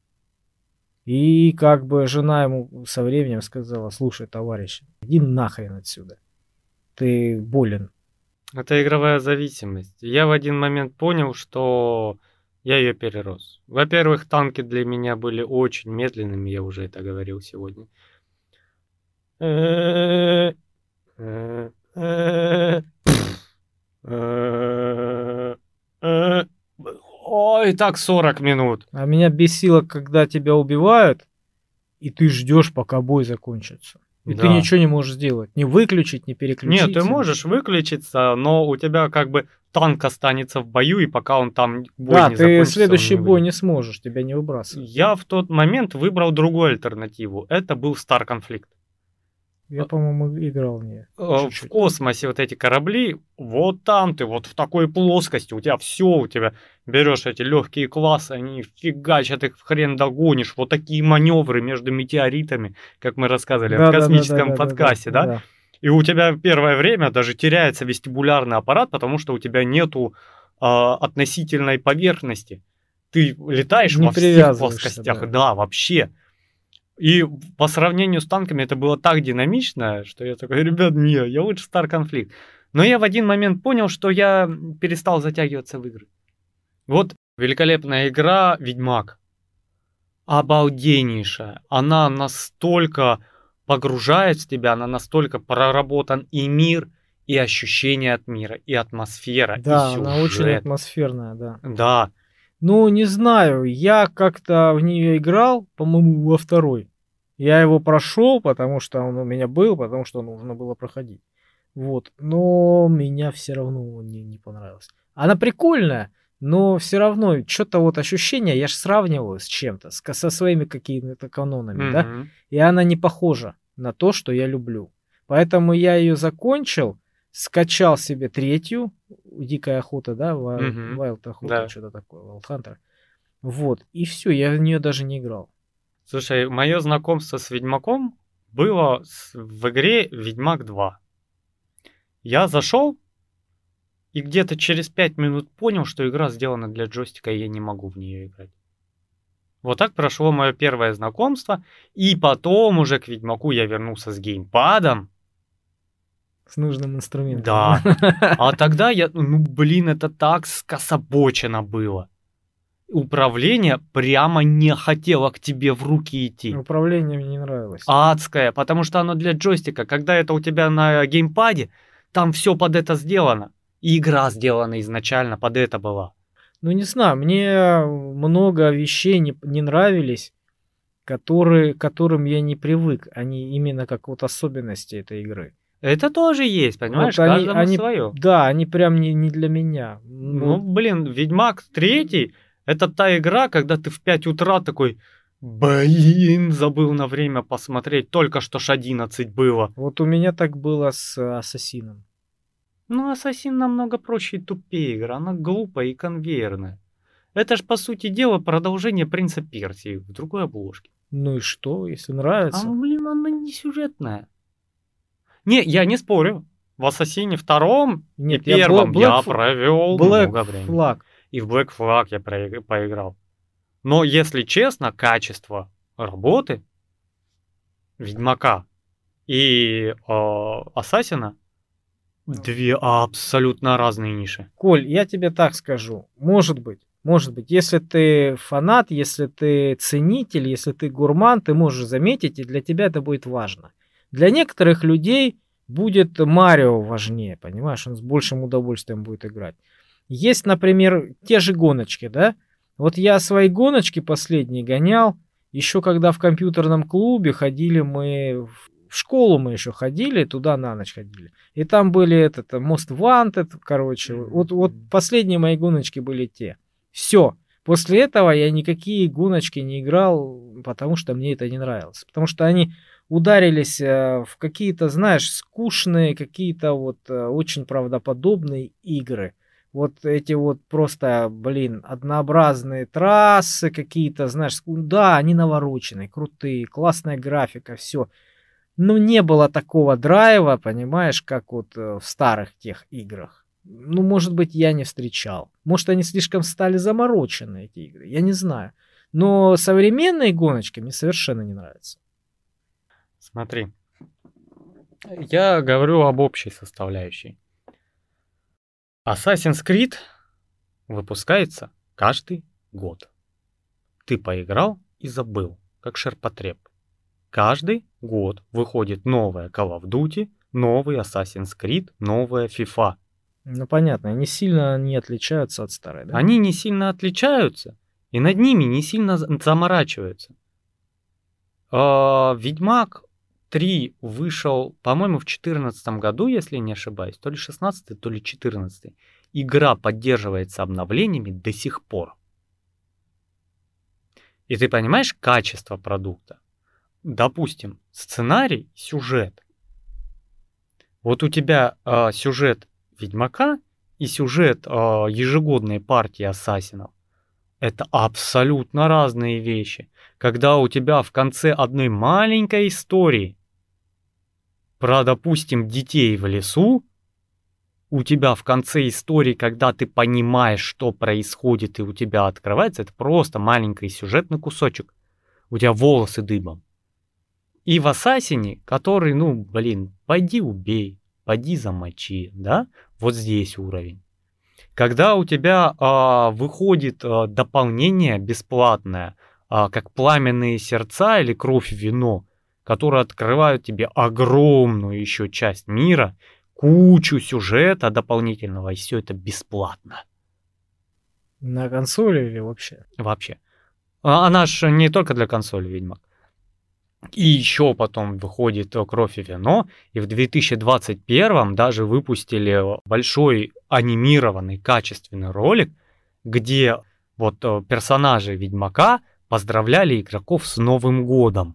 И как бы жена ему со временем сказала: слушай, товарищ, иди нахрен отсюда. Ты болен. Это игровая зависимость. Я в один момент понял, что я ее перерос. Во-первых, танки для меня были очень медленными, я уже это говорил сегодня. Ой, так 40 минут. А меня бесило, когда тебя убивают, и ты ждешь, пока бой закончится. И ты Да. ничего не можешь сделать. Не выключить, не переключить. Нет, ты можешь выключиться, но у тебя как бы танк останется в бою, и пока он там бой Да, не ты закончится, следующий он не бой выйдет. не сможешь, тебя не выбрасывают. Я в тот момент выбрал другую альтернативу. Это был Star Conflict. Я, по-моему, играл в нее. В Чуть-чуть. космосе вот эти корабли, вот там ты, вот в такой плоскости, у тебя все, у тебя берешь эти легкие классы, они фигачат, их хрен догонишь, вот такие маневры между метеоритами, как мы рассказывали в космическом подкасте, да? И у тебя первое время даже теряется вестибулярный аппарат, потому что у тебя нету относительной поверхности. Ты летаешь Не во всех привязываешься, плоскостях, да, вообще. И по сравнению с танками это было так динамично, что я такой: ребят, не, я лучше Star Conflict. Но я в один момент понял, что я перестал затягиваться в игры. Вот великолепная игра Ведьмак. Обалденнейшая. Она настолько погружает в тебя, она настолько проработан и мир, и ощущение от мира, и атмосфера, Да, и сюжет. она очень атмосферная, да. Да. Ну, не знаю, я как-то в нее играл, по-моему, во 2. Я его прошел, потому что он у меня был, потому что нужно было проходить. Вот. Но меня все равно не понравилось. Она прикольная, но все равно что-то вот ощущение, я же сравниваю с чем-то, со своими какими-то канонами, да, Мгм. и она не похожа на то, что я люблю. Поэтому я ее закончил, скачал себе 3, Дикая охота, да, Мгм. Wild охота, Да. что-то такое, Wild Hunter. Вот, и все, я в нее даже не играл. Слушай, мое знакомство с Ведьмаком было в игре Ведьмак 2. Я зашел и где-то через 5 минут понял, что игра сделана для джойстика, и я не могу в нее играть. Вот так прошло мое первое знакомство, и потом уже к Ведьмаку я вернулся с геймпадом. С нужным инструментом. Да. А тогда это так скособочено было. Управление прямо не хотело к тебе в руки идти. Управление мне не нравилось. Адское, потому что оно для джойстика. Когда это у тебя на геймпаде, там все под это сделано. И игра сделана изначально под это была. Ну, не знаю, мне много вещей не нравились, к которым я не привык. Они именно как вот особенности этой игры. Это тоже есть, понимаешь, Вот каждому свое. Да, они прям не для меня. Ну, блин, Ведьмак 3 это та игра, когда ты в 5 утра такой: блин, забыл на время посмотреть, только что ж 11 было. Вот у меня так было с Ассасином. Ну, Ассасин намного проще и тупее игра, она глупая и конвейерная. Это ж, по сути дела, продолжение Принца Персии в другой обложке. Ну и что, если нравится? Блин, она не сюжетная. Не, я не спорю. В Ассасине 2 Нет, и 1 я провел много времени. Flag. И в Black Flag я поиграл. Но, если честно, качество работы Ведьмака и Ассасина — 2 абсолютно разные ниши. Коль, я тебе так скажу. Может быть, если ты фанат, если ты ценитель, если ты гурман, ты можешь заметить, и для тебя это будет важно. Для некоторых людей будет Марио важнее, понимаешь? Он с большим удовольствием будет играть. Есть, например, те же гоночки, да? Вот я свои гоночки последние гонял, еще когда в компьютерном клубе ходили мы, в школу мы еще ходили, туда на ночь ходили. И там были Most Wanted, короче. Вот последние мои гоночки были те. Все. После этого я никакие гоночки не играл, потому что мне это не нравилось. Потому что они ударились в какие-то, знаешь, скучные, какие-то вот очень правдоподобные игры. Вот эти вот просто, блин, однообразные трассы какие-то, знаешь, да, они навороченные, крутые, классная графика, все. Но не было такого драйва, понимаешь, как вот в старых тех играх. Ну, может быть, я не встречал. Может, они слишком стали заморочены, эти игры. Я не знаю. Но современные гоночки мне совершенно не нравятся. Смотри, я говорю об общей составляющей. Assassin's Creed выпускается каждый год. Ты поиграл и забыл, как ширпотреб. Каждый год выходит новая Call of Duty, новый Assassin's Creed, новая FIFA. Ну, понятно, они сильно не отличаются от старой, да? Они не сильно отличаются, и над ними не сильно заморачиваются. Ведьмак 3 вышел, по-моему, в 2014 году, если не ошибаюсь, то ли 16, то ли 14. Игра поддерживается обновлениями до сих пор. И ты понимаешь качество продукта? Допустим, сценарий, сюжет. Вот у тебя сюжет Ведьмака и сюжет ежегодной партии ассасинов. Это абсолютно разные вещи. Когда у тебя в конце одной маленькой истории про, допустим, детей в лесу, у тебя в конце истории, когда ты понимаешь, что происходит, и у тебя открывается, это просто маленький сюжетный кусочек. У тебя волосы дыбом. И в Ассасине, который, пойди убей, пойди замочи, да? Вот здесь уровень. Когда у тебя выходит дополнение бесплатное, как «Пламенные сердца» или «Кровь в вино», которые открывают тебе огромную еще часть мира, кучу сюжета дополнительного, и все это бесплатно. На консоли или вообще? Вообще. Она же не только для консоли, Ведьмак. И еще потом выходит «Кровь и вино», и в 2021 даже выпустили большой анимированный качественный ролик, где вот персонажи Ведьмака поздравляли игроков с Новым годом.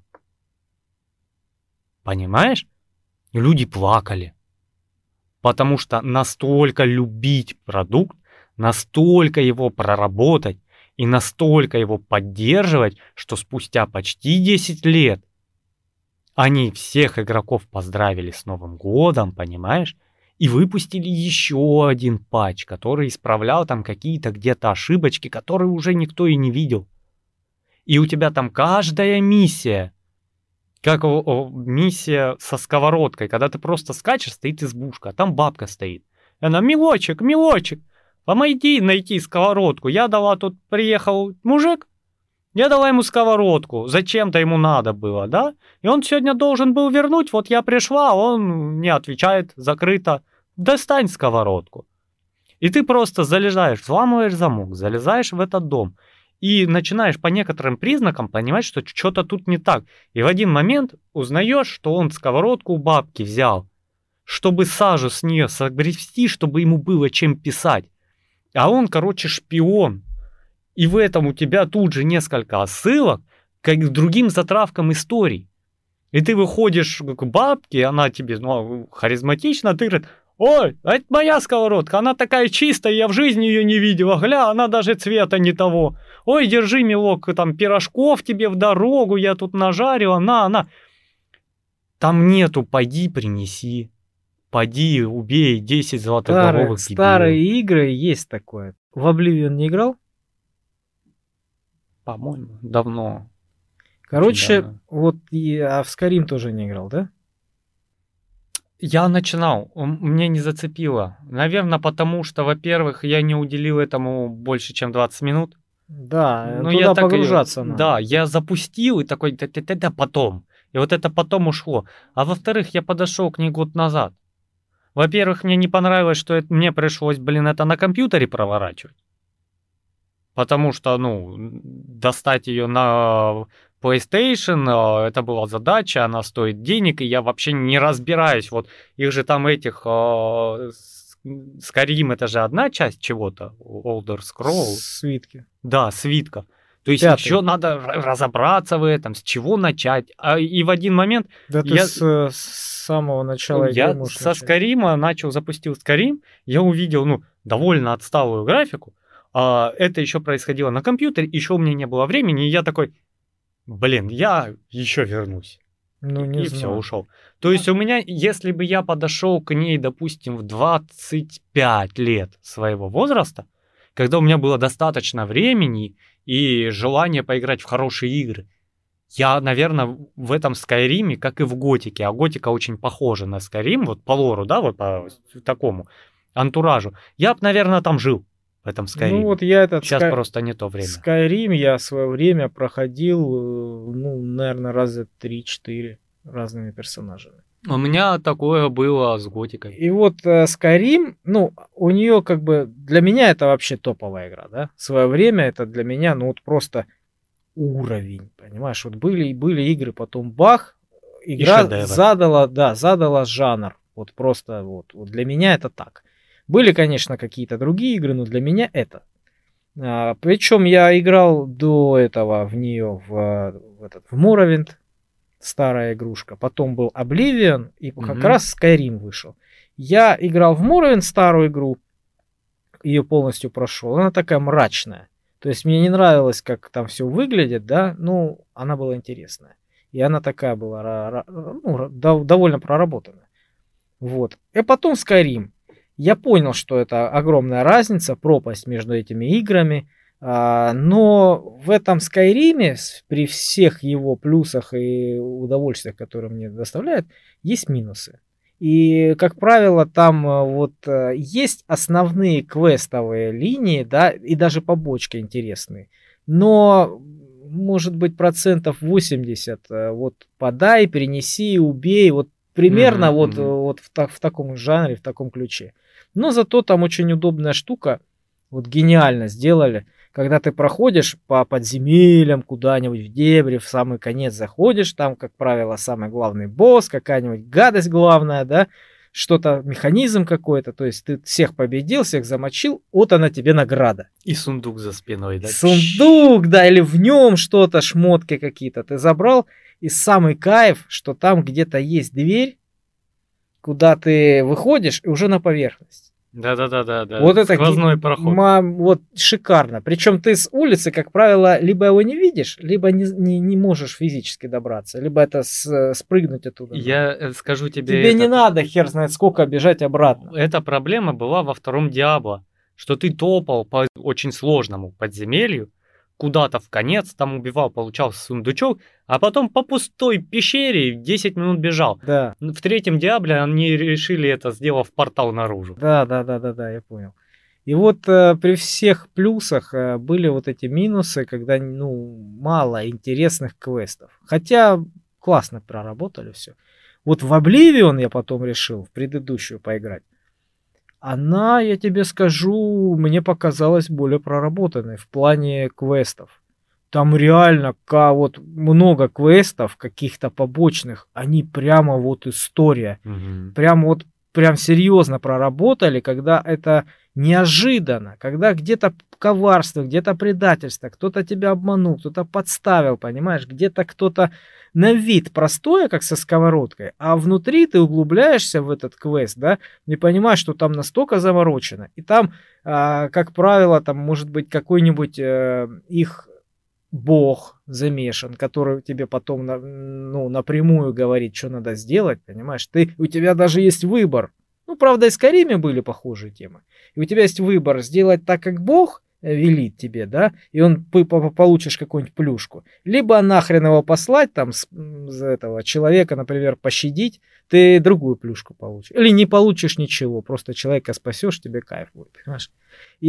Понимаешь? Люди плакали. Потому что настолько любить продукт, настолько его проработать и настолько его поддерживать, что спустя почти 10 лет они всех игроков поздравили с Новым годом, понимаешь? И выпустили еще один патч, который исправлял там какие-то где-то ошибочки, которые уже никто и не видел. И у тебя там каждая миссия, как миссия со сковородкой, когда ты просто скачешь, стоит избушка, а там бабка стоит. И она: милочек, помоги найти сковородку. Тут приехал мужик, я дала ему сковородку, зачем-то ему надо было, да? И он сегодня должен был вернуть, вот я пришла, он не отвечает, закрыто. Достань сковородку. И ты просто залезаешь, взламываешь замок, залезаешь в этот дом и начинаешь по некоторым признакам понимать, что что-то тут не так. И в один момент узнаешь, что он сковородку у бабки взял, чтобы сажу с нее согрести, чтобы ему было чем писать. А он, шпион. И в этом у тебя тут же несколько отсылок к другим затравкам историй. И ты выходишь к бабке, она тебе харизматична, ты говоришь: ой, это моя сковородка, она такая чистая, я в жизни ее не видела, гля, она даже цвета не того. Ой, держи, милок, там пирожков тебе в дорогу, я тут нажарила, на. Там нету «пойди принеси», «пойди убей 10 золотоголовых дебилов». Старые игры есть такое. В Oblivion не играл? По-моему, давно. Короче, вот а в Skyrim тоже не играл, да? Я начинал, мне не зацепило. Наверное, потому что, во-первых, я не уделил этому больше, чем 20 минут. Да, Но туда я погружаться надо. Да, я запустил и такой, это потом. И вот это потом ушло. А во-вторых, я подошел к ней год назад. Во-первых, мне не понравилось, что мне пришлось, это на компьютере проворачивать. Потому что, достать ее на PlayStation, это была задача, она стоит денег, и я вообще не разбираюсь. Вот их же там Skyrim это же одна часть чего-то, Elder Scrolls. Свитки. Да, свитков. То есть 5-й. еще надо разобраться в этом, с чего начать. И в один момент Да ты с самого начала игры я можешь со начать. Скайрима запустил Skyrim, я увидел, довольно отсталую графику. Это еще происходило на компьютере, еще у меня не было времени, и я такой, я еще вернусь. Не И все, знаю. ушел. То есть у меня, если бы я подошел к ней, допустим, в 25 лет своего возраста, когда у меня было достаточно времени и желание поиграть в хорошие игры, я, наверное, в этом Скайриме, как и в Готике, а Готика очень похожа на Скайрим, вот по лору, да, вот по такому антуражу, я бы, наверное, там жил, в этом Скайриме. Ну вот я Сейчас просто не то время. Skyrim я в свое время проходил, наверное, раза 3-4 разными персонажами. У меня такое было с Готикой. И вот Skyrim, у нее для меня это вообще топовая игра, да? В свое время это для меня, просто уровень, понимаешь? Вот были игры, потом бах, игра задала жанр. Вот просто вот для меня это так. Были, конечно, какие-то другие игры, но для меня это. Причем я играл до этого в нее в Morrowind, старая игрушка. Потом был Oblivion, и как раз Skyrim вышел. Я играл в Morrowind, старую игру, ее полностью прошел. Она такая мрачная. То есть мне не нравилось, как там все выглядит, да, она была интересная. И она такая была, довольно проработанная. Вот. И потом Skyrim. Я понял, что это огромная разница, пропасть между этими играми. Но в этом Скайриме, при всех его плюсах и удовольствиях, которые мне доставляет, есть минусы. И, как правило, там есть основные квестовые линии, да, и даже побочки интересные. Но, может быть, 80% подай, перенеси, убей, примерно в таком жанре, в таком ключе. Но зато там очень удобная штука, гениально сделали. Когда ты проходишь по подземельям куда-нибудь в дебри, в самый конец заходишь, там, как правило, самый главный босс, какая-нибудь гадость главная, да, что-то, механизм какой-то, то есть ты всех победил, всех замочил, вот она тебе награда. И сундук за спиной, да? Сундук, да, или в нем что-то, шмотки какие-то ты забрал, и самый кайф, что там где-то есть дверь, куда ты выходишь и уже на поверхность. Да. Вот это сквозной проход. Шикарно. Причем ты с улицы, как правило, либо его не видишь, либо не можешь физически добраться, либо это спрыгнуть оттуда. Я скажу тебе. Тебе не надо, хер знает сколько, бежать обратно. Эта проблема была во втором Диабло, что ты топал по очень сложному подземелью, куда-то в конец, там убивал, получал сундучок, а потом по пустой пещере 10 минут бежал. Да. В третьем Диабле они решили это, сделав портал наружу. Да, я понял. И при всех плюсах были эти минусы, когда мало интересных квестов. Хотя классно проработали все. В Oblivion я потом решил в предыдущую поиграть. Она, я тебе скажу, мне показалась более проработанной в плане квестов. Там реально много квестов, каких-то побочных. Они прямо история. Угу. Прям серьезно проработали, когда это неожиданно, когда где-то коварство, где-то предательство, кто-то тебя обманул, кто-то подставил, понимаешь, где-то кто-то на вид простое, как со сковородкой, а внутри ты углубляешься в этот квест, да, и понимаешь, что там настолько заморочено, и там, как правило, там может быть какой-нибудь их бог замешан, который тебе потом напрямую говорит, что надо сделать, понимаешь, у тебя даже есть выбор. Правда, и в Скайриме были похожие темы. И у тебя есть выбор сделать так, как Бог велит тебе, да, и получишь какую-нибудь плюшку. Либо нахрен его послать, там, за этого человека, например, пощадить, ты другую плюшку получишь. Или не получишь ничего, просто человека спасешь, тебе кайф будет, понимаешь. И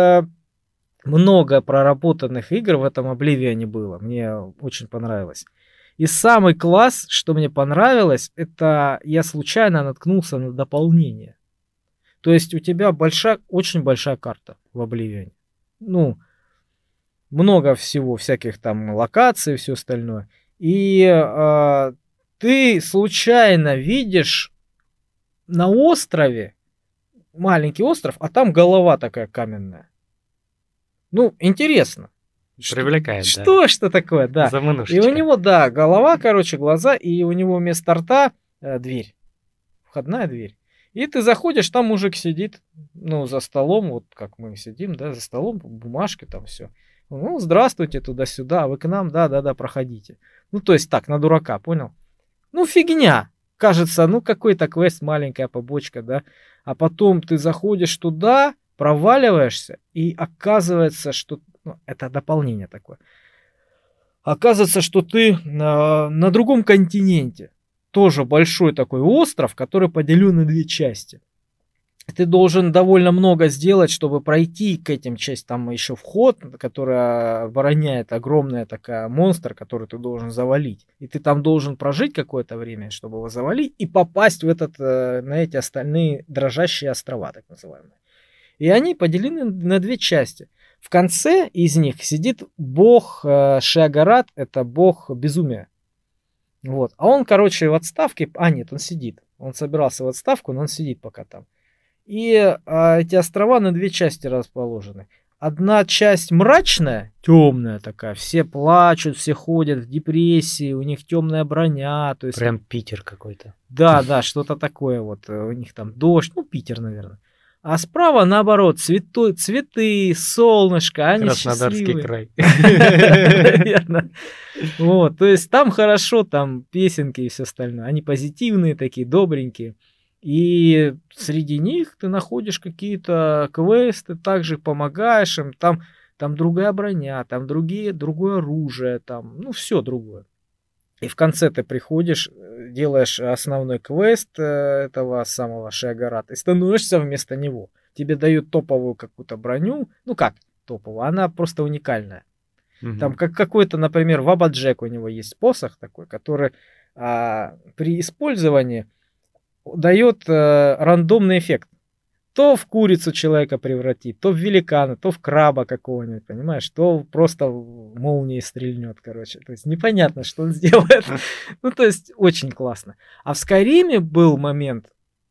много проработанных игр в этом Oblivion было. Мне очень понравилось. И самый класс, что мне понравилось, это я случайно наткнулся на дополнение. То есть у тебя очень большая карта в Oblivion. Много всего, всяких там локаций и все остальное. И ты случайно видишь на острове маленький остров, а там голова такая каменная. Ну, интересно. Привлекает, да. Что такое, да. И Заманушечка. у него, да, голова, короче, глаза, и у него вместо рта дверь. Входная дверь. И ты заходишь, там мужик сидит, ну, за столом, вот как мы сидим, да, за столом, бумажки там все. Ну, здравствуйте, туда-сюда, вы к нам, да, проходите. Ну, то есть так, на дурака, понял? Ну, фигня. Кажется, ну, какой-то квест, маленькая побочка, да. А потом ты заходишь туда, проваливаешься, и оказывается, что... Ну, это дополнение такое. Оказывается, что ты на другом континенте. Тоже большой такой остров, который поделен на две части. Ты должен довольно много сделать, чтобы пройти к этим частям. Там еще вход, который обороняет огромная такая монстр, который ты должен завалить. И ты там должен прожить какое-то время, чтобы его завалить, и попасть в этот, на эти остальные дрожащие острова, так называемые. И они поделены на две части. В конце из них сидит бог Шиагарат, это бог безумия. Вот. А он, короче, в отставке... Нет, он сидит. Он собирался в отставку, но он сидит пока там. И эти острова на две части расположены. Одна часть мрачная, темная такая. Все плачут, все ходят в депрессии, у них темная броня. То есть... Прям Питер какой-то. Да, что-то такое вот. У них там дождь, ну, Питер, наверное. А справа, наоборот, цветы, солнышко, они Краснодарский счастливые. край. Наверное. Вот, то есть там хорошо, там песенки и все остальное. Они позитивные такие, добренькие. И среди них ты находишь какие-то квесты, также помогаешь им. Там другая броня, там другое оружие, там, ну, все другое. И в конце ты приходишь, делаешь основной квест этого самого Шиагарата и становишься вместо него. Тебе дают топовую какую-то броню. Ну как топовую? Она просто уникальная. Там как какой-то, например, Вабаджек у него есть посох такой, который при использовании дает рандомный эффект. То в курицу человека превратит, то в великана, то в краба какого-нибудь, понимаешь? То просто молнией стрельнет, короче. То есть непонятно, что он сделает. Ну, то есть очень классно. А в Скайриме был момент,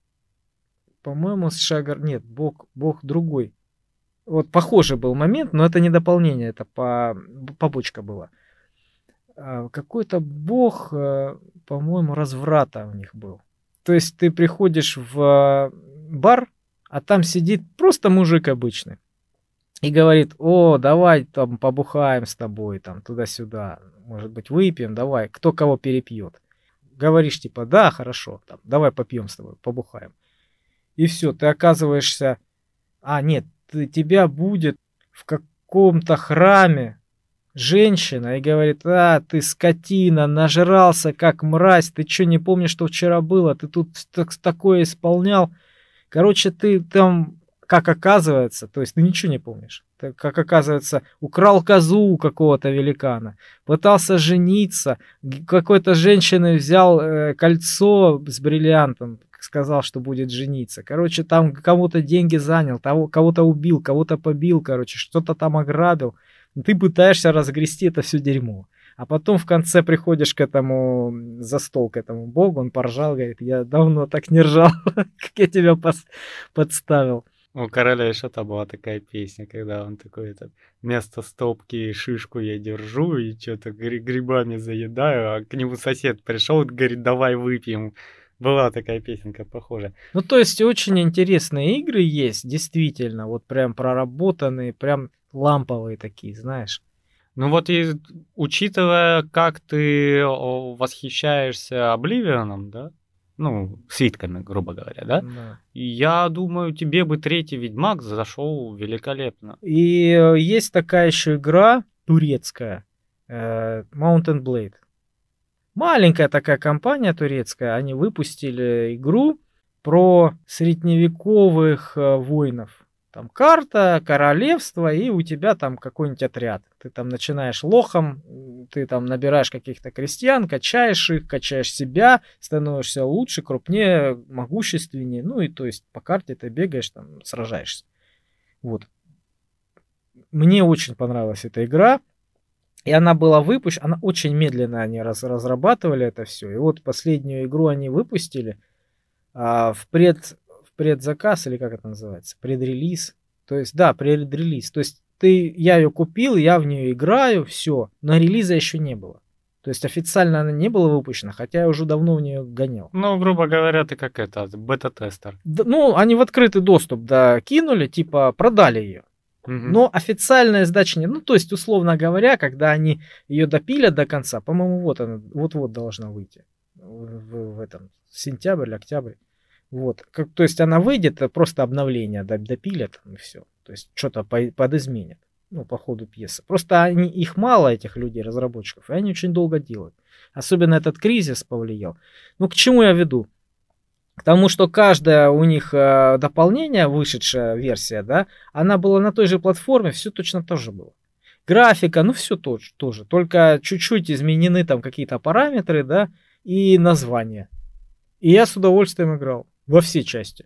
по-моему, с Шагар... Нет, бог другой. Вот похожий был момент, но это не дополнение, это побочка была. Какой-то бог, по-моему, разврата у них был. То есть ты приходишь в бар, а там сидит просто мужик обычный. И говорит: о, давай там побухаем с тобой, там туда-сюда. Может быть, выпьем, давай, кто кого перепьет. Говоришь типа: да, хорошо, там, давай попьем с тобой, побухаем. И все, ты оказываешься... нет, тебя будет в каком-то храме женщина и говорит: ты скотина, нажрался как мразь, ты что, не помнишь, что вчера было, ты тут такое исполнял. Короче, ты там, как оказывается, то есть ты ничего не помнишь. Ты, как оказывается, украл козу у какого-то великана, пытался жениться, какой-то женщиной взял кольцо с бриллиантом, сказал, что будет жениться. Короче, там кому-то деньги занял, кого-то убил, кого-то побил, короче, что-то там ограбил. Ты пытаешься разгрести это все дерьмо. А потом в конце приходишь к этому, за стол к этому богу, он поржал, говорит: я давно так не ржал, как я тебя подставил. У Короля и Шута была такая песня, когда он такой: вместо стопки шишку я держу и что-то грибами заедаю, а к нему сосед пришел и говорит: давай выпьем. Была такая песенка похожая. Ну, то есть очень интересные игры есть, действительно, вот прям проработанные, прям ламповые такие, знаешь. Ну вот и учитывая, как ты восхищаешься Обливионом, да? Ну, свитками, грубо говоря, да? Да. Я думаю, тебе бы третий Ведьмак зашел великолепно. И есть такая еще игра турецкая, Mountain Blade. Маленькая такая компания турецкая, они выпустили игру про средневековых воинов. Там карта, королевство, и у тебя там какой-нибудь отряд. Ты там начинаешь лохом, ты там набираешь каких-то крестьян, качаешь их, качаешь себя, становишься лучше, крупнее, могущественнее. Ну и то есть по карте ты бегаешь, там сражаешься. Вот. Мне очень понравилась эта игра. И она была выпущена, она очень медленно они разрабатывали это все. И вот последнюю игру они выпустили в предзаказ, или как это называется, предрелиз. То есть, да, предрелиз. То есть я ее купил, я в нее играю, все, но релиза еще не было. То есть официально она не была выпущена, хотя я уже давно в нее гонял. Ну, грубо говоря, ты как бета-тестер. Да, ну, они в открытый доступ, да, кинули, типа продали ее. Но официальная сдача нет. Ну, то есть, условно говоря, когда они ее допилят до конца, по-моему, вот она вот-вот должна выйти. В этом сентябрь или октябрь. Вот. То есть она выйдет, просто обновление допилят, и все. То есть что-то подизменят. Ну, по ходу пьесы. Просто их мало, этих людей, разработчиков, и они очень долго делают. Особенно этот кризис повлиял. Ну, к чему я веду? К тому, что каждое у них дополнение, вышедшая версия, да, она была на той же платформе, все точно то же было. Графика, ну, все тоже. Только чуть-чуть изменены там какие-то параметры, да, и название. И я с удовольствием играл во все части.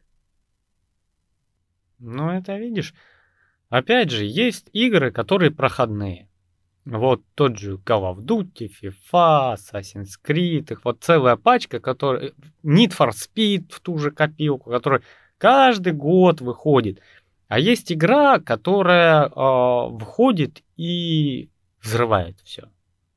Ну, это видишь. Опять же, есть игры, которые проходные. Вот тот же Call of Duty, FIFA, Assassin's Creed, их вот целая пачка, которая Need for Speed в ту же копилку, которая каждый год выходит. А есть игра, которая выходит и взрывает все.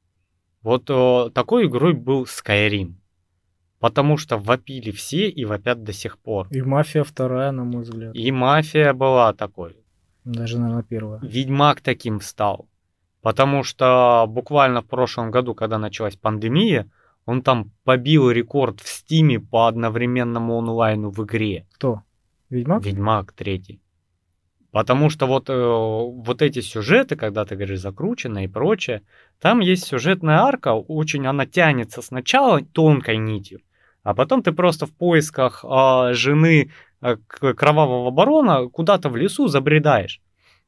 Вот такой игрой был Skyrim. Потому что вопили все и вопят до сих пор. И Мафия 2, на мой взгляд. И Мафия была такой. Даже, наверное, 1. Ведьмак таким стал. Потому что буквально в прошлом году, когда началась пандемия, он там побил рекорд в Стиме по одновременному онлайну в игре. Кто? Ведьмак? Ведьмак 3. Потому что вот эти сюжеты, когда ты говоришь закручено и прочее, там есть сюжетная арка, очень она тянется сначала тонкой нитью, а потом ты просто в поисках жены кровавого барона куда-то в лесу забредаешь.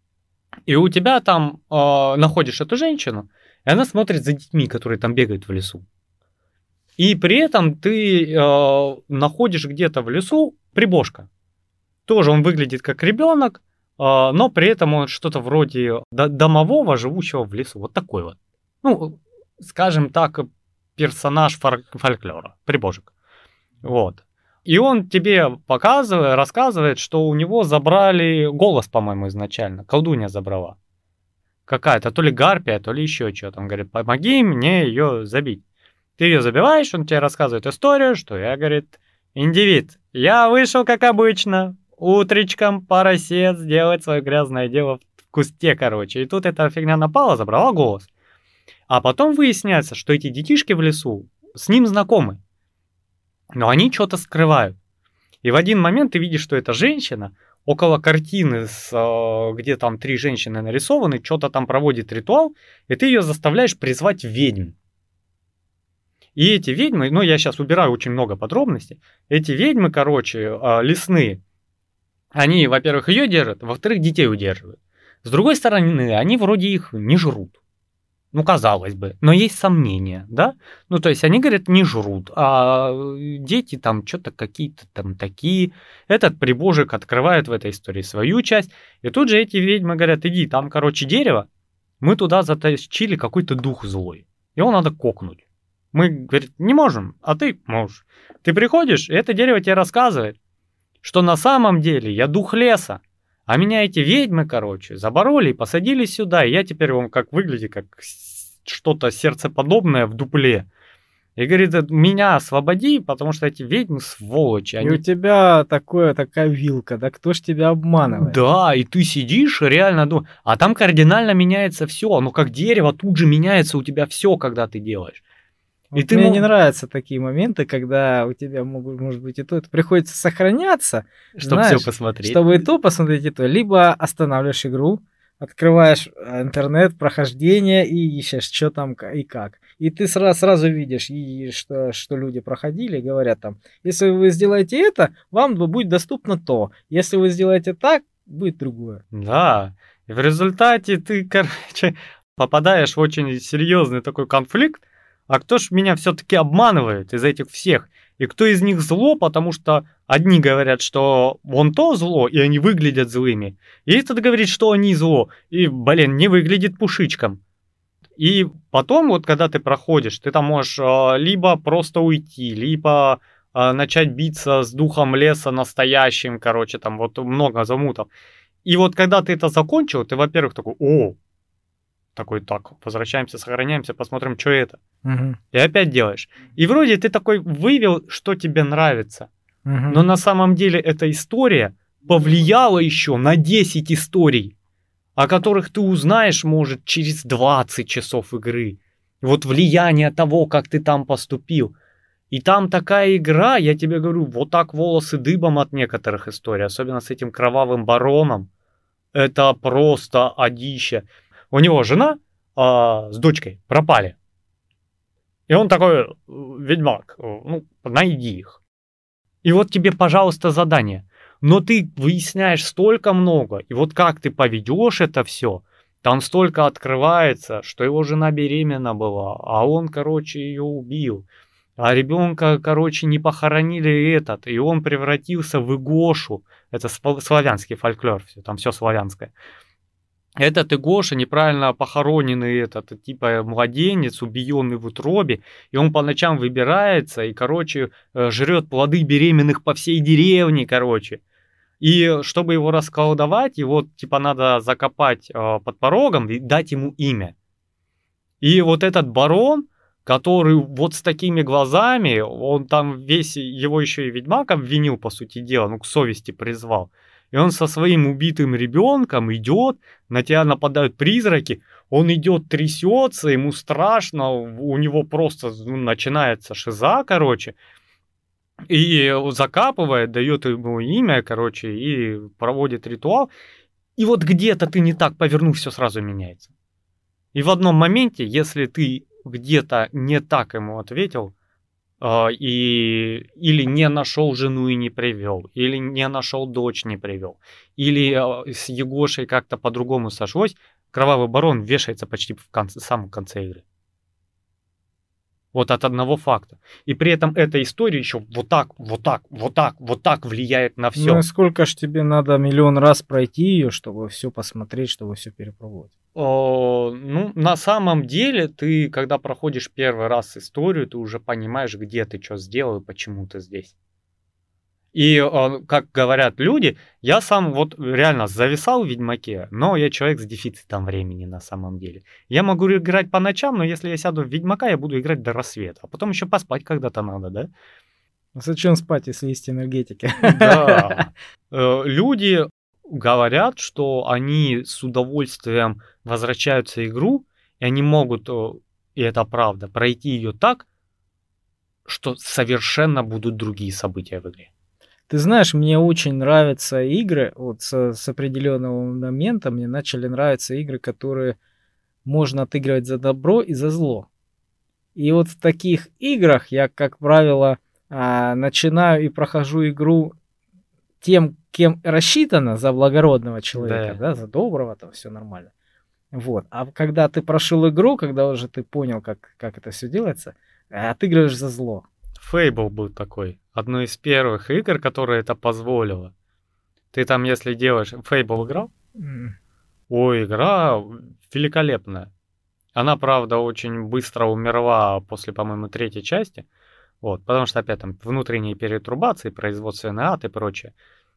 И у тебя там находишь эту женщину, и она смотрит за детьми, которые там бегают в лесу. И при этом ты находишь где-то в лесу прибожка. Тоже он выглядит как ребенок, но при этом он что-то вроде домового, живущего в лесу. Вот такой вот. Ну, скажем так, персонаж фольклора, прибожек. Вот. И он тебе рассказывает, что у него забрали голос, по-моему, изначально. Колдунья забрала. Какая-то, то ли гарпия, то ли еще что-то. Он говорит, помоги мне ее забить. Ты ее забиваешь, он тебе рассказывает историю, что я, говорит, индивид. Я вышел, как обычно, утречком поросец делать свое грязное дело в кусте, короче. И тут эта фигня напала, забрала голос. А потом выясняется, что эти детишки в лесу с ним знакомы. Но они что-то скрывают. И в один момент ты видишь, что эта женщина около картины, где там 3 женщины нарисованы, что-то там проводит ритуал, и ты ее заставляешь призвать ведьм. И эти ведьмы, ну я сейчас убираю очень много подробностей, эти ведьмы, короче, лесные, они, во-первых, ее держат, во-вторых, детей удерживают. С другой стороны, они вроде их не жрут. Ну, казалось бы, но есть сомнения, да? Ну, то есть они, говорят, не жрут, а дети там что-то какие-то там такие. Этот прибожик открывает в этой истории свою часть, и тут же эти ведьмы говорят, иди, там, короче, дерево, мы туда затащили какой-то дух злой, его надо кокнуть. Мы, говорит, не можем, а ты можешь. Ты приходишь, и это дерево тебе рассказывает, что на самом деле я дух леса, а меня эти ведьмы, короче, забороли и посадили сюда, и я теперь вам как выглядит, как что-то сердцеподобное в дупле. И говорит, меня освободи, потому что эти ведьмы сволочи. И у тебя такая вилка, да кто ж тебя обманывает? Да, и ты сидишь реально думаешь, а там кардинально меняется все, оно как дерево, тут же меняется у тебя все, когда ты делаешь. Вот и мне не нравятся такие моменты, когда у тебя может быть и то, это приходится сохраняться, чтобы все посмотреть. Чтобы и то посмотреть, и то. Либо останавливаешь игру, открываешь интернет, прохождение и ищешь, что там и как. И ты сразу видишь, что люди проходили, говорят там, если вы сделаете это, вам будет доступно то. Если вы сделаете так, будет другое. Да, и в результате ты, короче, попадаешь в очень серьезный такой конфликт. А кто ж меня все-таки обманывает из этих всех? И кто из них зло, потому что одни говорят, что вон то зло, и они выглядят злыми. И этот говорит, что они зло, и, блин, не выглядит пушичком. И потом, вот когда ты проходишь, ты там можешь либо просто уйти, либо начать биться с духом леса настоящим, короче, там вот много замутов. И вот когда ты это закончил, ты, во-первых, такой, такой, так, возвращаемся, сохраняемся, посмотрим, что это. И опять делаешь. И вроде ты такой вывел, что тебе нравится. Но на самом деле эта история повлияла еще на 10 историй, о которых ты узнаешь, может, через 20 часов игры. Вот влияние того, как ты там поступил. И там такая игра, я тебе говорю, вот так волосы дыбом от некоторых историй, особенно с этим кровавым бароном. Это просто одище. У него жена с дочкой пропали. И он такой, ведьмак, найди их. И вот тебе, пожалуйста, задание. Но ты выясняешь столько много. И вот как ты поведешь это все, там столько открывается, что его жена беременна была, а он, короче, ее убил. А ребенка, короче, не похоронили и он превратился в Игошу. Это славянский фольклор, там все славянское. Этот Игоша неправильно похороненный, типа младенец, убиенный в утробе, и он по ночам выбирается и, короче, жрет плоды беременных по всей деревне, короче. И чтобы его расколдовать, его, типа, надо закопать под порогом и дать ему имя. И вот этот барон, который вот с такими глазами, он там весь, его еще и ведьмак обвинил, по сути дела, к совести призвал. И он со своим убитым ребенком идет, на тебя нападают призраки, он идет, трясется, ему страшно, у него просто начинается шиза, короче, и закапывает, дает ему имя, короче, и проводит ритуал. И вот где-то ты не так повернул, все сразу меняется. И в одном моменте, если ты где-то не так ему ответил, или не нашел жену и не привел, или не нашел дочь, не привел, или с Егошей как-то по-другому сошлось, кровавый барон вешается почти в самом конце игры. Вот от одного факта. И при этом эта история еще вот так влияет на все. Ну, сколько ж тебе надо миллион раз пройти ее, чтобы все посмотреть, чтобы все перепробовать? На самом деле, ты, когда проходишь первый раз историю, ты уже понимаешь, где ты что сделал и почему ты здесь. И, как говорят люди, я сам вот реально зависал в Ведьмаке, но я человек с дефицитом времени на самом деле. Я могу играть по ночам, но если я сяду в Ведьмака, я буду играть до рассвета. А потом еще поспать когда-то надо, да? Зачем спать, если есть энергетики? Да. Люди говорят, что они с удовольствием возвращаются в игру, и они могут, и это правда, пройти ее так, что совершенно будут другие события в игре. Ты знаешь, мне очень нравятся игры, вот с определенного момента мне начали нравиться игры, которые можно отыгрывать за добро и за зло. И вот в таких играх я, как правило, начинаю и прохожу игру тем, кем рассчитано, за благородного человека, да, за доброго, там все нормально. Вот. А когда ты прошел игру, когда уже ты понял, как это все делается, отыгрываешь за зло. Fable был такой. Одно из первых игр, которое это позволило. Ты там, если делаешь... Fable играл? Ой, игра великолепная. Она, правда, очень быстро умерла после, по-моему, 3-й части. Вот, потому что опять там внутренние перетрубации, производственный ад и прочее.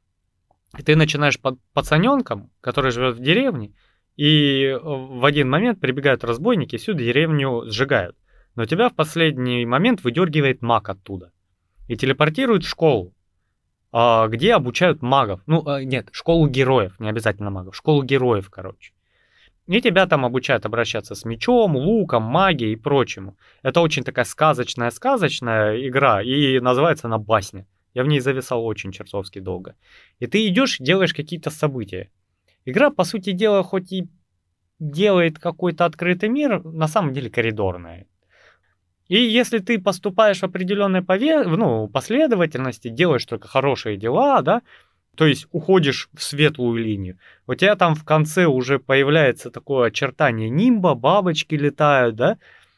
И ты начинаешь пацаненком, который живет в деревне, и в один момент прибегают разбойники и всю деревню сжигают. Но тебя в последний момент выдергивает маг оттуда и телепортирует в школу, где обучают магов. Нет, школу героев, не обязательно магов, школу героев, короче. И тебя там обучают обращаться с мечом, луком, магией и прочему. Это очень такая сказочная игра, и называется она «Басня». Я в ней зависал очень чертовски долго. И ты идешь и делаешь какие-то события. Игра, по сути дела, хоть и делает какой-то открытый мир, на самом деле коридорная. И если ты поступаешь в определенной последовательности, делаешь только хорошие дела, да, то есть уходишь в светлую линию, у тебя там в конце уже появляется такое очертание нимба, бабочки летают, да,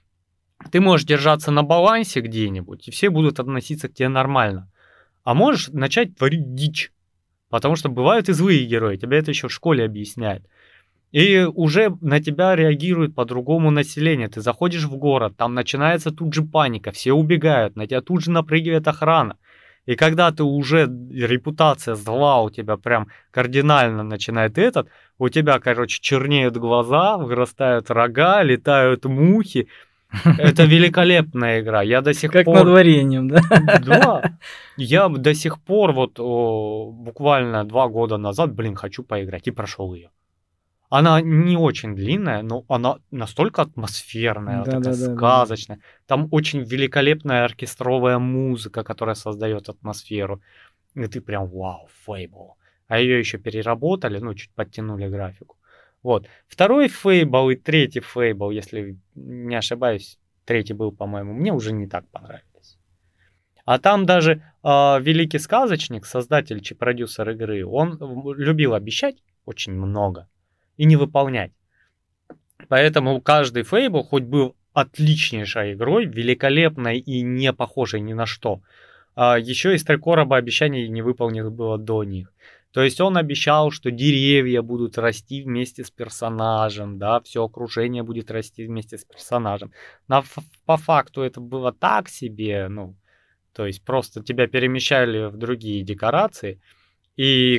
ты можешь держаться на балансе где-нибудь, и все будут относиться к тебе нормально. А можешь начать творить дичь, потому что бывают и злые герои, тебе это еще в школе объясняют. И уже на тебя реагирует по-другому население. Ты заходишь в город, там начинается тут же паника, все убегают, на тебя тут же напрыгивает охрана. И когда ты уже, репутация зла у тебя прям кардинально начинает у тебя, короче, чернеют глаза, вырастают рога, летают мухи. Это великолепная игра. Я до сих Как пор... над вареньем, да? Да. Я до сих пор буквально 2 года назад, хочу поиграть, и прошел ее. Она не очень длинная, но она настолько атмосферная, такая сказочная. Там очень великолепная оркестровая музыка, которая создает атмосферу. И ты прям вау, Fable. А ее еще переработали, чуть подтянули графику. Вот. Второй Fable и третий Fable, если не ошибаюсь, третий был, по-моему, мне уже не так понравились. А там даже великий сказочник, создатель, продюсер игры, он любил обещать очень много и не выполнять. Поэтому каждый Fable хоть был отличнейшей игрой, великолепной и не похожей ни на что, еще из 3 короба обещаний не выполнено было до них. То есть он обещал, что деревья будут расти вместе с персонажем, да, все окружение будет расти вместе с персонажем. Но по факту это было так себе, то есть просто тебя перемещали в другие декорации, и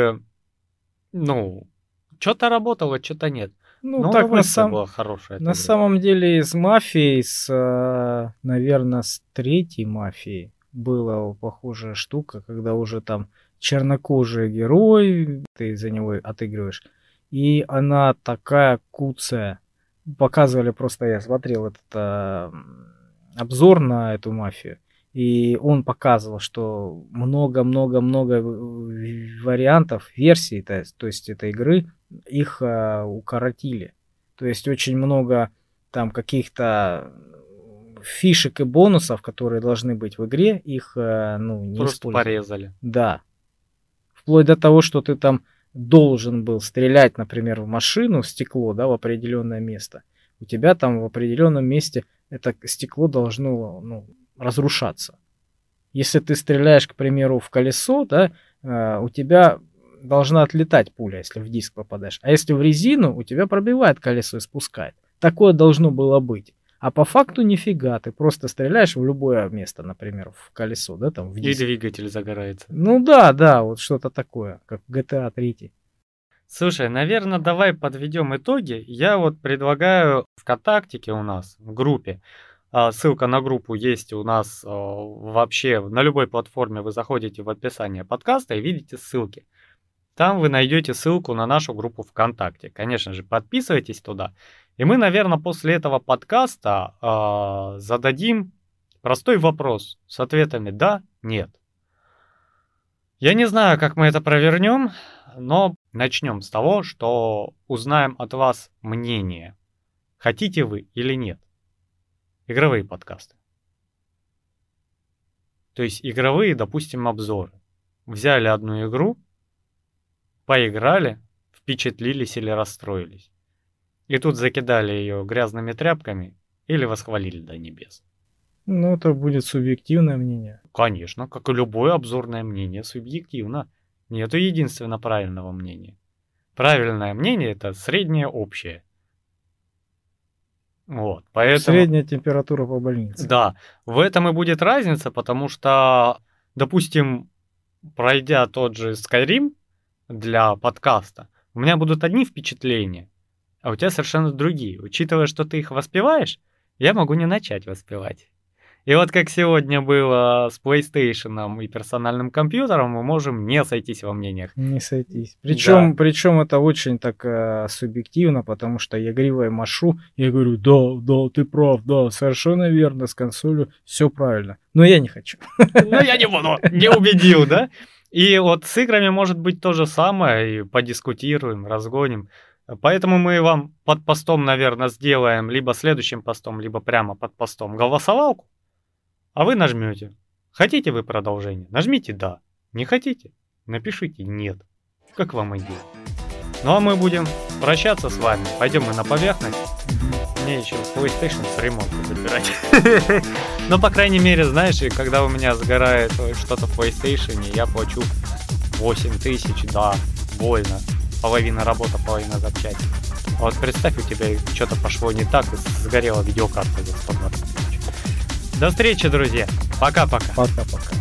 что-то работало, что-то нет. Так было хорошее. На самом деле с мафией, наверное, с 3-й мафией была похожая штука, когда уже там чернокожий герой, ты за него отыгрываешь, и она такая куцая. Показывали просто, я смотрел этот обзор на эту мафию, и он показывал, что много-много-много вариантов, версий, то есть этой игры, их укоротили. То есть очень много там каких-то фишек и бонусов, которые должны быть в игре, их не просто использовали. Порезали. Да. Вплоть до того, что ты там должен был стрелять, например, в машину, в стекло, да, в определенное место. У тебя там в определенном месте это стекло должно разрушаться. Если ты стреляешь, к примеру, в колесо, да, у тебя должна отлетать пуля, если в диск попадаешь. А если в резину, у тебя пробивает колесо и спускает. Такое должно было быть. А по факту нифига, ты просто стреляешь в любое место, например, в колесо, да, там в диск. И двигатель загорается. Да, вот что-то такое, как в GTA 3. Слушай, наверное, давай подведем итоги. Я предлагаю ВКонтактике у нас, в группе, ссылка на группу есть у нас вообще на любой платформе, вы заходите в описание подкаста и видите ссылки. Там вы найдете ссылку на нашу группу ВКонтакте. Конечно же, подписывайтесь туда. И мы, наверное, после этого подкаста зададим простой вопрос с ответами «да», «нет». Я не знаю, как мы это провернем, но начнем с того, что узнаем от вас мнение. Хотите вы или нет? Игровые подкасты. То есть игровые, допустим, обзоры. Взяли одну игру, поиграли, впечатлились или расстроились. И тут закидали ее грязными тряпками или восхвалили до небес. Это будет субъективное мнение. Конечно, как и любое обзорное мнение, субъективно. Нету единственно правильного мнения. Правильное мнение — это среднее общее. Поэтому... Средняя температура по больнице. Да, в этом и будет разница, потому что, допустим, пройдя тот же Skyrim для подкаста, у меня будут одни впечатления, а у тебя совершенно другие. Учитывая, что ты их воспеваешь, я могу не начать воспевать. И как сегодня было с PlayStation и персональным компьютером, мы можем не сойтись во мнениях. Не сойтись. Причем это очень так субъективно, потому что я игривой машу, я говорю, да, ты прав, да, совершенно верно, с консолью все правильно. Но я не хочу. Я не буду, не убедил, да? И с играми может быть то же самое, и подискутируем, разгоним. Поэтому мы вам под постом, наверное, сделаем либо следующим постом, либо прямо под постом голосовалку. А вы нажмете. Хотите вы продолжение? Нажмите «да». Не хотите? Напишите «нет». Как вам идея? А мы будем прощаться с вами. Пойдем мы на поверхность. Мне еще PlayStation с ремонта забирать. Но, по крайней мере, знаешь, когда у меня сгорает что-то в PlayStation, я плачу 8000, да, больно. половина работа, половина запчасти. Вот представь, у тебя что-то пошло не так, и сгорела видеокарта за 120 тысяч. До встречи, друзья. Пока-пока. Пока-пока.